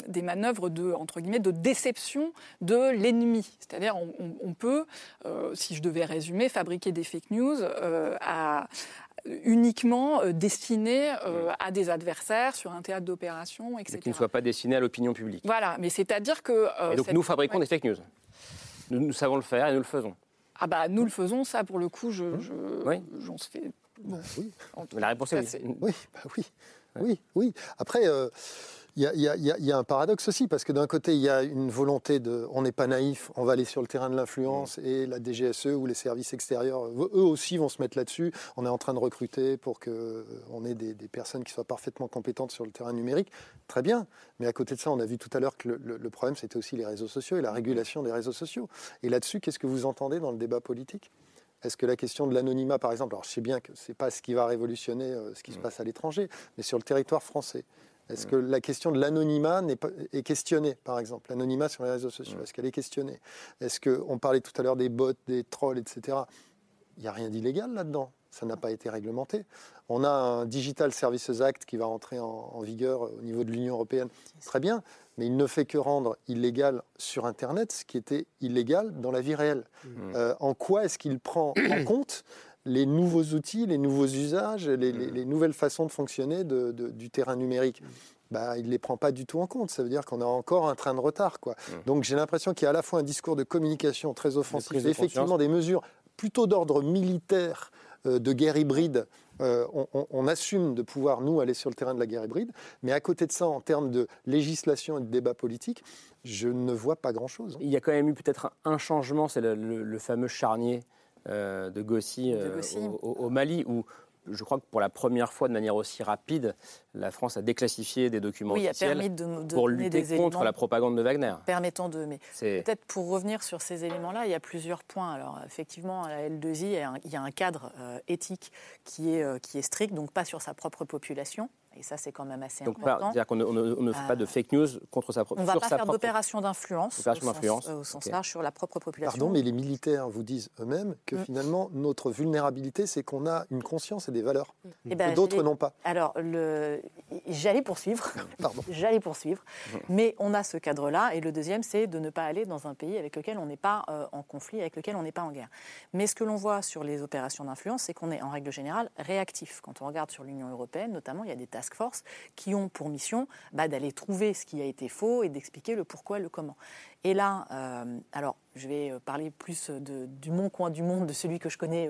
des manœuvres de, entre guillemets, de déception de l'ennemi. C'est-à-dire, on, on, on peut, euh, si je devais résumer, fabriquer des fake news euh, à uniquement euh, destiné euh, à des adversaires sur un théâtre d'opération, et cetera. Mais qui ne soit pas destiné à l'opinion publique. Voilà, mais c'est-à-dire que... Euh, et donc cette... nous fabriquons ouais. des fake news. Nous, nous savons le faire et nous le faisons. Ah bah nous le faisons, ça pour le coup, je, je, oui. j'en fais... Bon. Oui. La réponse est oui. C'est... Oui, bah oui. Ouais. oui, oui. Après... Euh... Il y, a, il, y a, il y a un paradoxe aussi, parce que d'un côté, il y a une volonté de... On n'est pas naïf, on va aller sur le terrain de l'influence, mmh. et la D G S E ou les services extérieurs, eux aussi vont se mettre là-dessus. On est en train de recruter pour qu'on ait des, des personnes qui soient parfaitement compétentes sur le terrain numérique. Très bien, mais à côté de ça, on a vu tout à l'heure que le, le, le problème, c'était aussi les réseaux sociaux et la régulation des réseaux sociaux. Et là-dessus, qu'est-ce que vous entendez dans le débat politique ? Est-ce que la question de l'anonymat, par exemple, alors je sais bien que ce n'est pas ce qui va révolutionner euh, ce qui mmh. se passe à l'étranger, mais sur le territoire français, est-ce que la question de l'anonymat n'est pas, est questionnée, par exemple, l'anonymat sur les réseaux sociaux, est-ce qu'elle est questionnée ? Est-ce qu'on parlait tout à l'heure des bots, des trolls, et cetera. Il n'y a rien d'illégal là-dedans, ça n'a pas été réglementé. On a un Digital Services Act qui va rentrer en, en vigueur au niveau de l'Union européenne, très bien, mais il ne fait que rendre illégal sur Internet ce qui était illégal dans la vie réelle. Mmh. Euh, en quoi est-ce qu'il prend en compte les nouveaux outils, les nouveaux usages, les, les, les nouvelles façons de fonctionner de, de, du terrain numérique ? Bah, il ne les prend pas du tout en compte. Ça veut dire qu'on a encore un train de retard, quoi. Mmh. Donc j'ai l'impression qu'il y a à la fois un discours de communication très offensif, et effectivement des mesures plutôt d'ordre militaire, euh, de guerre hybride. Euh, on, on, on assume de pouvoir, nous, aller sur le terrain de la guerre hybride. Mais à côté de ça, en termes de législation et de débat politique, je ne vois pas grand-chose. Il y a quand même eu peut-être un changement, c'est le, le, le fameux charnier Euh, de Gossi, euh, de Gossi. Au, au Mali, où je crois que pour la première fois de manière aussi rapide, la France a déclassifié des documents oui, officiels a permis de, de pour lutter des contre la propagande de Wagner. Permettant de... Mais peut-être pour revenir sur ces éléments-là, il y a plusieurs points. Alors effectivement, à la L deux I, il y a un, il y a un cadre euh, éthique qui est, euh, qui est strict, donc pas sur sa propre population. Et ça, c'est quand même assez donc important. C'est-à-dire qu'on ne, on ne, on ne fait euh, pas de fake news contre sa propre... On ne va sur pas sa faire propre... d'opération d'influence, opération au d'influence. sens, euh, au sens okay. large sur la propre population. Pardon, mais les militaires vous disent eux-mêmes que mmh. finalement, notre vulnérabilité, c'est qu'on a une conscience et des valeurs mmh. que ben, d'autres n'ont pas. Alors, le... j'allais poursuivre. Pardon. J'allais poursuivre. Mmh. Mais on a ce cadre-là. Et le deuxième, c'est de ne pas aller dans un pays avec lequel on n'est pas euh, en conflit, avec lequel on n'est pas en guerre. Mais ce que l'on voit sur les opérations d'influence, c'est qu'on est en règle générale réactif. Quand on regarde sur l'Union européenne, notamment, il y a des task force qui ont pour mission bah, d'aller trouver ce qui a été faux et d'expliquer le pourquoi, le comment. Et là, euh, alors, je vais parler plus de, du mon coin du monde, de celui que je connais.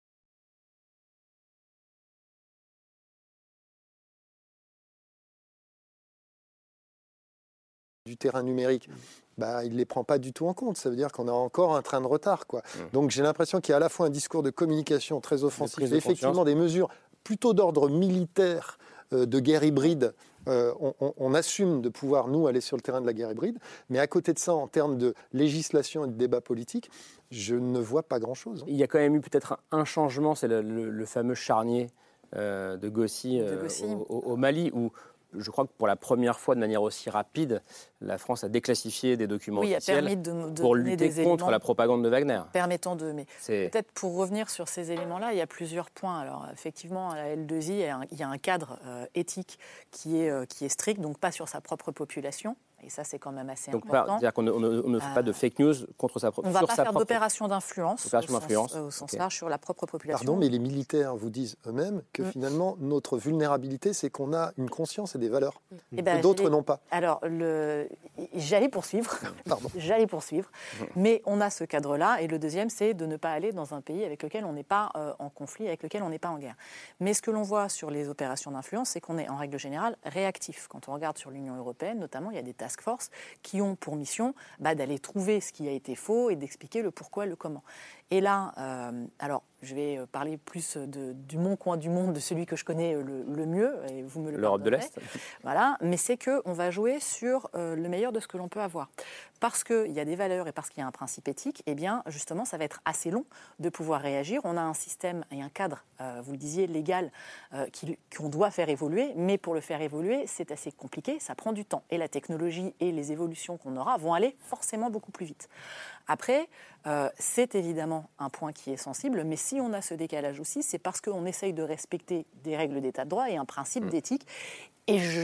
Du terrain numérique, bah, il ne les prend pas du tout en compte. Ça veut dire qu'on a encore un train de retard, quoi. Mmh. Donc j'ai l'impression qu'il y a à la fois un discours de communication très offensif, et effectivement des mesures plutôt d'ordre militaire, euh, de guerre hybride. Euh, on, on, on assume de pouvoir, nous, aller sur le terrain de la guerre hybride. Mais à côté de ça, en termes de législation et de débat politique, je ne vois pas grand-chose. Il y a quand même eu peut-être un changement, c'est le, le, le fameux charnier euh, de Gossi, euh, de Gossi. Au, au Mali, où je crois que pour la première fois de manière aussi rapide, la France a déclassifié des documents oui, officiels a permis de, de pour lutter des contre la propagande de Wagner. Permettant de... Mais peut-être pour revenir sur ces éléments-là, il y a plusieurs points. Alors effectivement, à la L deux I, il y a un, il y a un cadre euh, éthique qui est, euh, qui est strict, donc pas sur sa propre population. Et ça, c'est quand même assez donc important. Donc, c'est-à-dire qu'on ne, on ne, on ne fait euh, pas de fake news contre sa propre... On ne va sur pas sa faire propre... d'opération d'influence, opération au, d'influence. Sens, euh, au sens okay. large sur la propre population. Pardon, mais les militaires vous disent eux-mêmes que mmh. finalement, notre vulnérabilité, c'est qu'on a une conscience et des valeurs mmh. que ben, d'autres n'ont pas. Alors, le... j'allais poursuivre. Pardon. J'allais poursuivre. Mmh. Mais on a ce cadre-là. Et le deuxième, c'est de ne pas aller dans un pays avec lequel on n'est pas euh, en conflit, avec lequel on n'est pas en guerre. Mais ce que l'on voit sur les opérations d'influence, c'est qu'on est en règle générale réactif. Quand on regarde sur l'Union européenne, notamment, il y a des task force qui ont pour mission bah, d'aller trouver ce qui a été faux et d'expliquer le pourquoi, le comment. Et là, euh, alors, je vais parler plus de, du mon coin du monde, de celui que je connais le, le mieux, et vous me le L'Europe de l'Est. Voilà, mais c'est qu'on va jouer sur euh, le meilleur de ce que l'on peut avoir. Parce qu'il y a des valeurs et parce qu'il y a un principe éthique, eh bien, justement, ça va être assez long de pouvoir réagir. On a un système et un cadre, euh, vous le disiez, légal, euh, qui, qu'on doit faire évoluer, mais pour le faire évoluer, c'est assez compliqué, ça prend du temps. Et la technologie et les évolutions qu'on aura vont aller forcément beaucoup plus vite. Après, euh, c'est évidemment un point qui est sensible, mais si on a ce décalage aussi, c'est parce qu'on essaye de respecter des règles d'état de droit et un principe mmh. d'éthique. Et je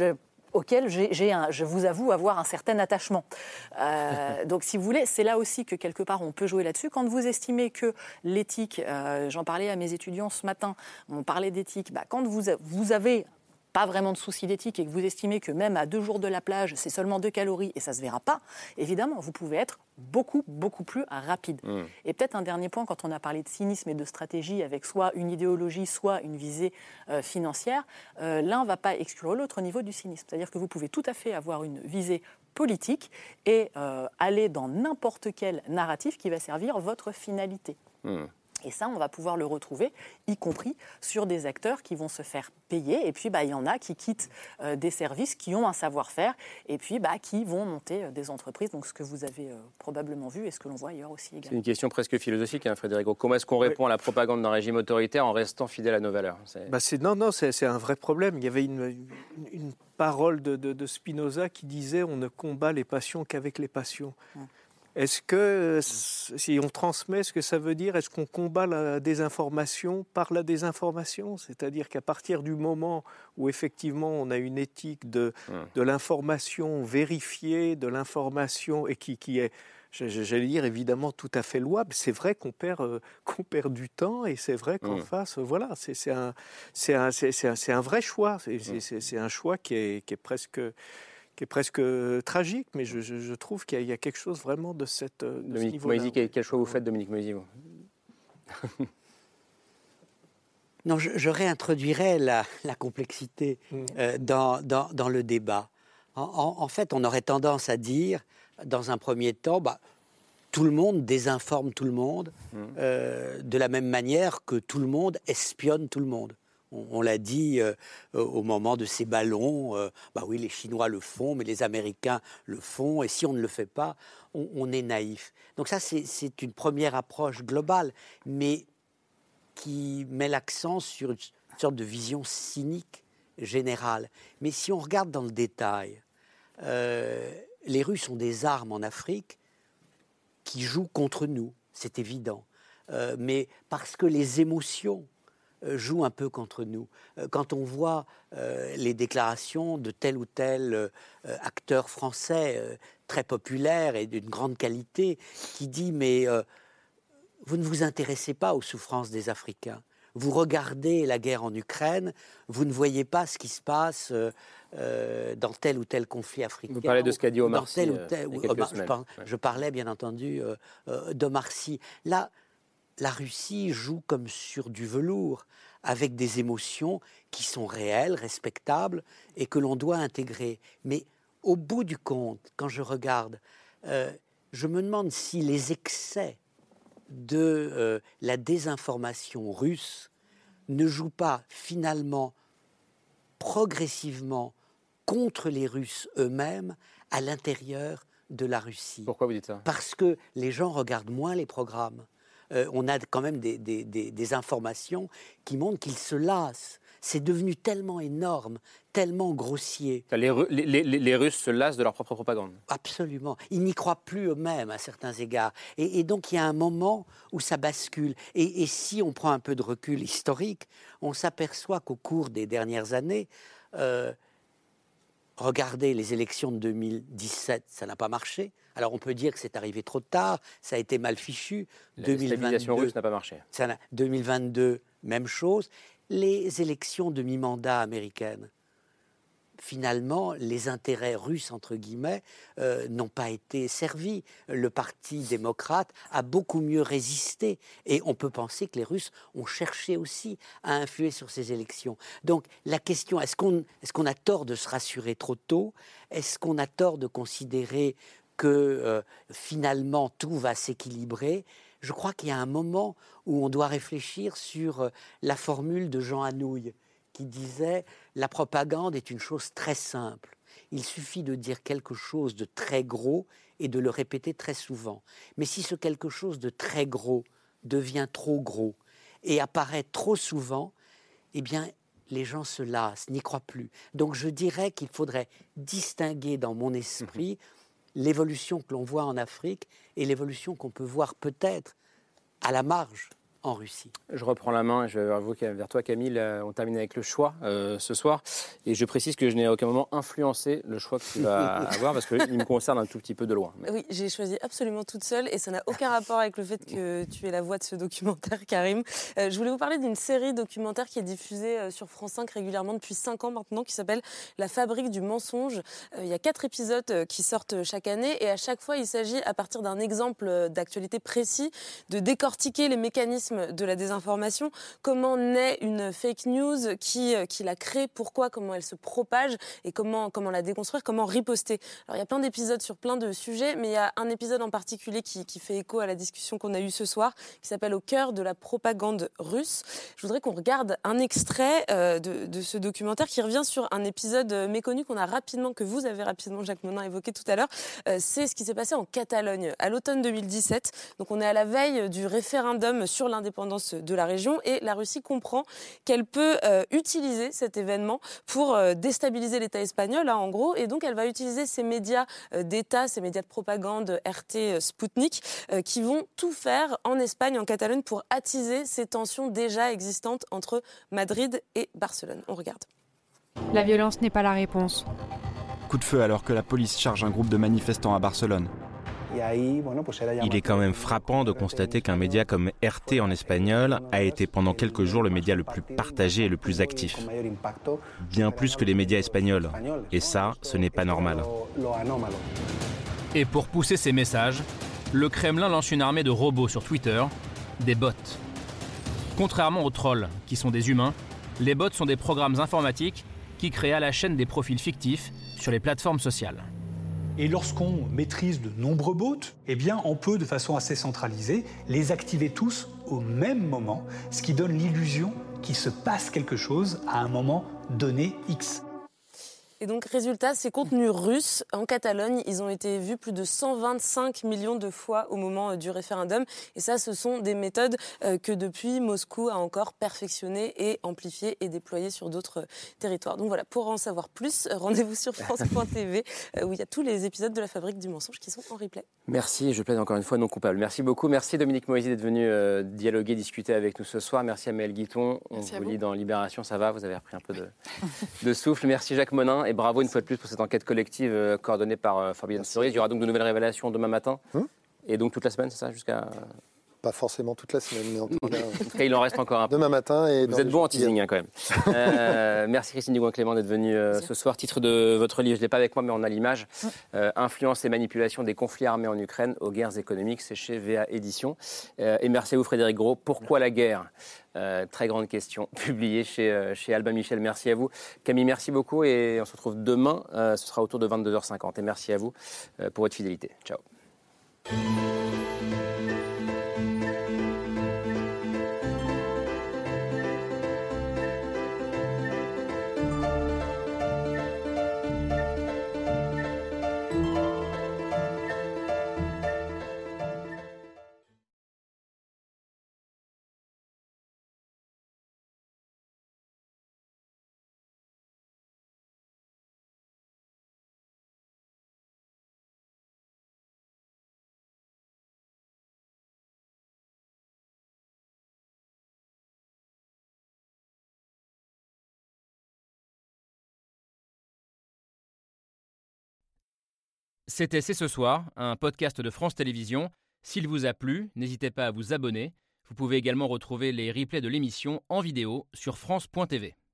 auquel j'ai, j'ai un, je vous avoue avoir un certain attachement. Euh, donc, si vous voulez, c'est là aussi que quelque part on peut jouer là-dessus. Quand vous estimez que l'éthique, euh, j'en parlais à mes étudiants ce matin, on parlait d'éthique, bah, quand vous, vous avez pas vraiment de souci d'éthique et que vous estimez que même à deux jours de la plage, c'est seulement deux calories et ça se verra pas, évidemment, vous pouvez être beaucoup, beaucoup plus rapide. Mmh. Et peut-être un dernier point, quand on a parlé de cynisme et de stratégie avec soit une idéologie, soit une visée euh, financière, euh, l'un ne va pas exclure l'autre au niveau du cynisme. C'est-à-dire que vous pouvez tout à fait avoir une visée politique et euh, aller dans n'importe quel narratif qui va servir votre finalité. Mmh. Et ça, on va pouvoir le retrouver, y compris sur des acteurs qui vont se faire payer. Et puis, bah, il y en a qui quittent euh, des services, qui ont un savoir-faire, et puis bah, qui vont monter euh, des entreprises. Donc, ce que vous avez euh, probablement vu et ce que l'on voit ailleurs aussi également. C'est une question presque philosophique, hein, Federico. Comment est-ce qu'on répond oui. à la propagande d'un régime autoritaire en restant fidèle à nos valeurs ? c'est... Bah, c'est, Non, non, c'est, c'est un vrai problème. Il y avait une, une, une parole de, de, de Spinoza qui disait « On ne combat les passions qu'avec les passions hum. ». Est-ce que, si on transmet ce que ça veut dire, est-ce qu'on combat la désinformation par la désinformation ? C'est-à-dire qu'à partir du moment où effectivement on a une éthique de, de l'information vérifiée, de l'information et qui, qui est, j'allais dire évidemment tout à fait louable, c'est vrai qu'on perd, euh, qu'on perd du temps et c'est vrai qu'en mmh. face, voilà, c'est, c'est, un, c'est, un, c'est, c'est, un, c'est un vrai choix. C'est, c'est, c'est, c'est un choix qui est, qui est presque... qui est presque tragique, mais je, je, je trouve qu'il y a, il y a quelque chose vraiment de, cette, de Dominique ce niveau-là. Moïse, quel, quel choix vous faites, Dominique Moïse ? Non, je, je réintroduirais la, la complexité euh, dans, dans, dans le débat. En, en, en fait, on aurait tendance à dire, dans un premier temps, bah, tout le monde désinforme tout le monde, mmh. euh, de la même manière que tout le monde espionne tout le monde. On l'a dit euh, au moment de ces ballons, euh, bah oui, les Chinois le font, mais les Américains le font, et si on ne le fait pas, on, on est naïf. Donc ça, c'est, c'est une première approche globale, mais qui met l'accent sur une sorte de vision cynique générale. Mais si on regarde dans le détail, euh, les Russes ont des armes en Afrique qui jouent contre nous, c'est évident. Euh, mais parce que les émotions joue un peu contre nous. Quand on voit euh, les déclarations de tel ou tel euh, acteur français euh, très populaire et d'une grande qualité qui dit « mais euh, vous ne vous intéressez pas aux souffrances des Africains. Vous regardez la guerre en Ukraine, vous ne voyez pas ce qui se passe euh, euh, dans tel ou tel conflit africain. » Vous parlez de ce qu'a dit Omar Sy euh, il y a quelques Omar, semaines. Je, par, ouais. je parlais bien entendu euh, euh, d'Omar Sy. Là, la Russie joue comme sur du velours, avec des émotions qui sont réelles, respectables, et que l'on doit intégrer. Mais au bout du compte, quand je regarde, euh, je me demande si les excès de euh, la désinformation russe ne jouent pas finalement progressivement contre les Russes eux-mêmes à l'intérieur de la Russie. Pourquoi vous dites ça ? Parce que les gens regardent moins les programmes. Euh, on a quand même des, des, des, des informations qui montrent qu'ils se lassent. C'est devenu tellement énorme, tellement grossier. Les, les, les, les Russes se lassent de leur propre propagande. Absolument. Ils n'y croient plus eux-mêmes à certains égards. Et, et donc il y a un moment où ça bascule. Et, et si on prend un peu de recul historique, on s'aperçoit qu'au cours des dernières années, euh, regardez les élections de deux mille dix-sept, ça n'a pas marché. Alors on peut dire que c'est arrivé trop tard, ça a été mal fichu. La déstabilisation russe n'a pas marché. Ça n'a, deux mille vingt-deux, même chose. Les élections de mi-mandat américaines, finalement, les intérêts russes, entre guillemets, euh, n'ont pas été servis. Le Parti démocrate a beaucoup mieux résisté. Et on peut penser que les Russes ont cherché aussi à influer sur ces élections. Donc la question, est-ce qu'on, est-ce qu'on a tort de se rassurer trop tôt ? Est-ce qu'on a tort de considérer que euh, finalement tout va s'équilibrer ? Je crois qu'il y a un moment où on doit réfléchir sur euh, la formule de Jean Anouilh qui disait « La propagande est une chose très simple. Il suffit de dire quelque chose de très gros et de le répéter très souvent. Mais si ce quelque chose de très gros devient trop gros et apparaît trop souvent, eh bien, les gens se lassent, n'y croient plus. Donc je dirais qu'il faudrait distinguer dans mon esprit l'évolution que l'on voit en Afrique et l'évolution qu'on peut voir peut-être à la marge en Russie. Je reprends la main, je vais vers, vous, vers toi Camille, on termine avec le choix euh, ce soir et je précise que je n'ai à aucun moment influencé le choix que tu vas avoir parce qu'il me concerne un tout petit peu de loin. Mais... Oui, j'ai choisi absolument toute seule et ça n'a aucun rapport avec le fait que tu es la voix de ce documentaire, Karim. Euh, je voulais vous parler d'une série documentaire qui est diffusée euh, sur France cinq régulièrement depuis cinq ans maintenant qui s'appelle La Fabrique du mensonge. Euh, il y a quatre épisodes euh, qui sortent chaque année et à chaque fois il s'agit à partir d'un exemple d'actualité précis de décortiquer les mécanismes de la désinformation, comment naît une fake news, qui, qui la crée, pourquoi, comment elle se propage et comment, comment la déconstruire, comment riposter. Alors il y a plein d'épisodes sur plein de sujets, mais il y a un épisode en particulier qui, qui fait écho à la discussion qu'on a eue ce soir, qui s'appelle Au cœur de la propagande russe. Je voudrais qu'on regarde un extrait euh, de, de ce documentaire qui revient sur un épisode méconnu qu'on a rapidement, que vous avez rapidement, Jacques Monin, évoqué tout à l'heure. Euh, c'est ce qui s'est passé en Catalogne à l'automne deux mille dix-sept. Donc on est à la veille du référendum sur l'indépendance de la région et la Russie comprend qu'elle peut euh, utiliser cet événement pour euh, déstabiliser l'État espagnol, hein, en gros, et donc elle va utiliser ces médias euh, d'État, ces médias de propagande R T, euh, Sputnik, euh, qui vont tout faire en Espagne, en Catalogne, pour attiser ces tensions déjà existantes entre Madrid et Barcelone. On regarde. La violence n'est pas la réponse. Coup de feu alors que la police charge un groupe de manifestants à Barcelone. Il est quand même frappant de constater qu'un média comme R T en espagnol a été pendant quelques jours le média le plus partagé et le plus actif. Bien plus que les médias espagnols. Et ça, ce n'est pas normal. Et pour pousser ces messages, le Kremlin lance une armée de robots sur Twitter, des bots. Contrairement aux trolls, qui sont des humains, les bots sont des programmes informatiques qui créent à la chaîne des profils fictifs sur les plateformes sociales. Et lorsqu'on maîtrise de nombreux bots, eh bien, on peut, de façon assez centralisée, les activer tous au même moment, ce qui donne l'illusion qu'il se passe quelque chose à un moment donné X. Et donc, résultat, ces contenus russes en Catalogne, ils ont été vus plus de cent vingt-cinq millions de fois au moment du référendum. Et ça, ce sont des méthodes euh, que depuis, Moscou a encore perfectionnées et amplifiées et déployées sur d'autres territoires. Donc voilà, pour en savoir plus, rendez-vous sur France point T V euh, où il y a tous les épisodes de La Fabrique du mensonge qui sont en replay. Merci, je plaide encore une fois non coupable. Merci beaucoup. Merci Dominique Moïsi d'être venu euh, dialoguer, discuter avec nous ce soir. Merci à Maëlle Guiton. On Merci vous lit dans Libération, ça va, vous avez repris un peu de, de souffle. Merci Jacques Monin. Et bravo une fois de plus pour cette enquête collective euh, coordonnée par euh, Forbidden Stories. Il y aura donc de nouvelles révélations demain matin. Hum et donc toute la semaine, c'est ça, jusqu'à... Pas forcément toute la semaine, mais en tout cas... en tout cas, il en reste encore un peu. Demain matin et... Vous êtes bon en teasing, hein, quand même. euh, merci Christine Dugouin-Clément d'être venue euh, ce soir. Titre de votre livre, je ne l'ai pas avec moi, mais on a l'image. Euh, Influence et manipulation des conflits armés en Ukraine aux guerres économiques. C'est chez V A Éditions. Euh, et merci à vous, Frédéric Gros. Pourquoi la guerre ? Euh, très grande question, publiée chez, euh, chez Albin Michel. Merci à vous. Camille, merci beaucoup. Et on se retrouve demain. Euh, ce sera autour de vingt-deux heures cinquante. Et merci à vous euh, pour votre fidélité. Ciao. C'était C'est ce soir, un podcast de France Télévisions. S'il vous a plu, n'hésitez pas à vous abonner. Vous pouvez également retrouver les replays de l'émission en vidéo sur France point T V.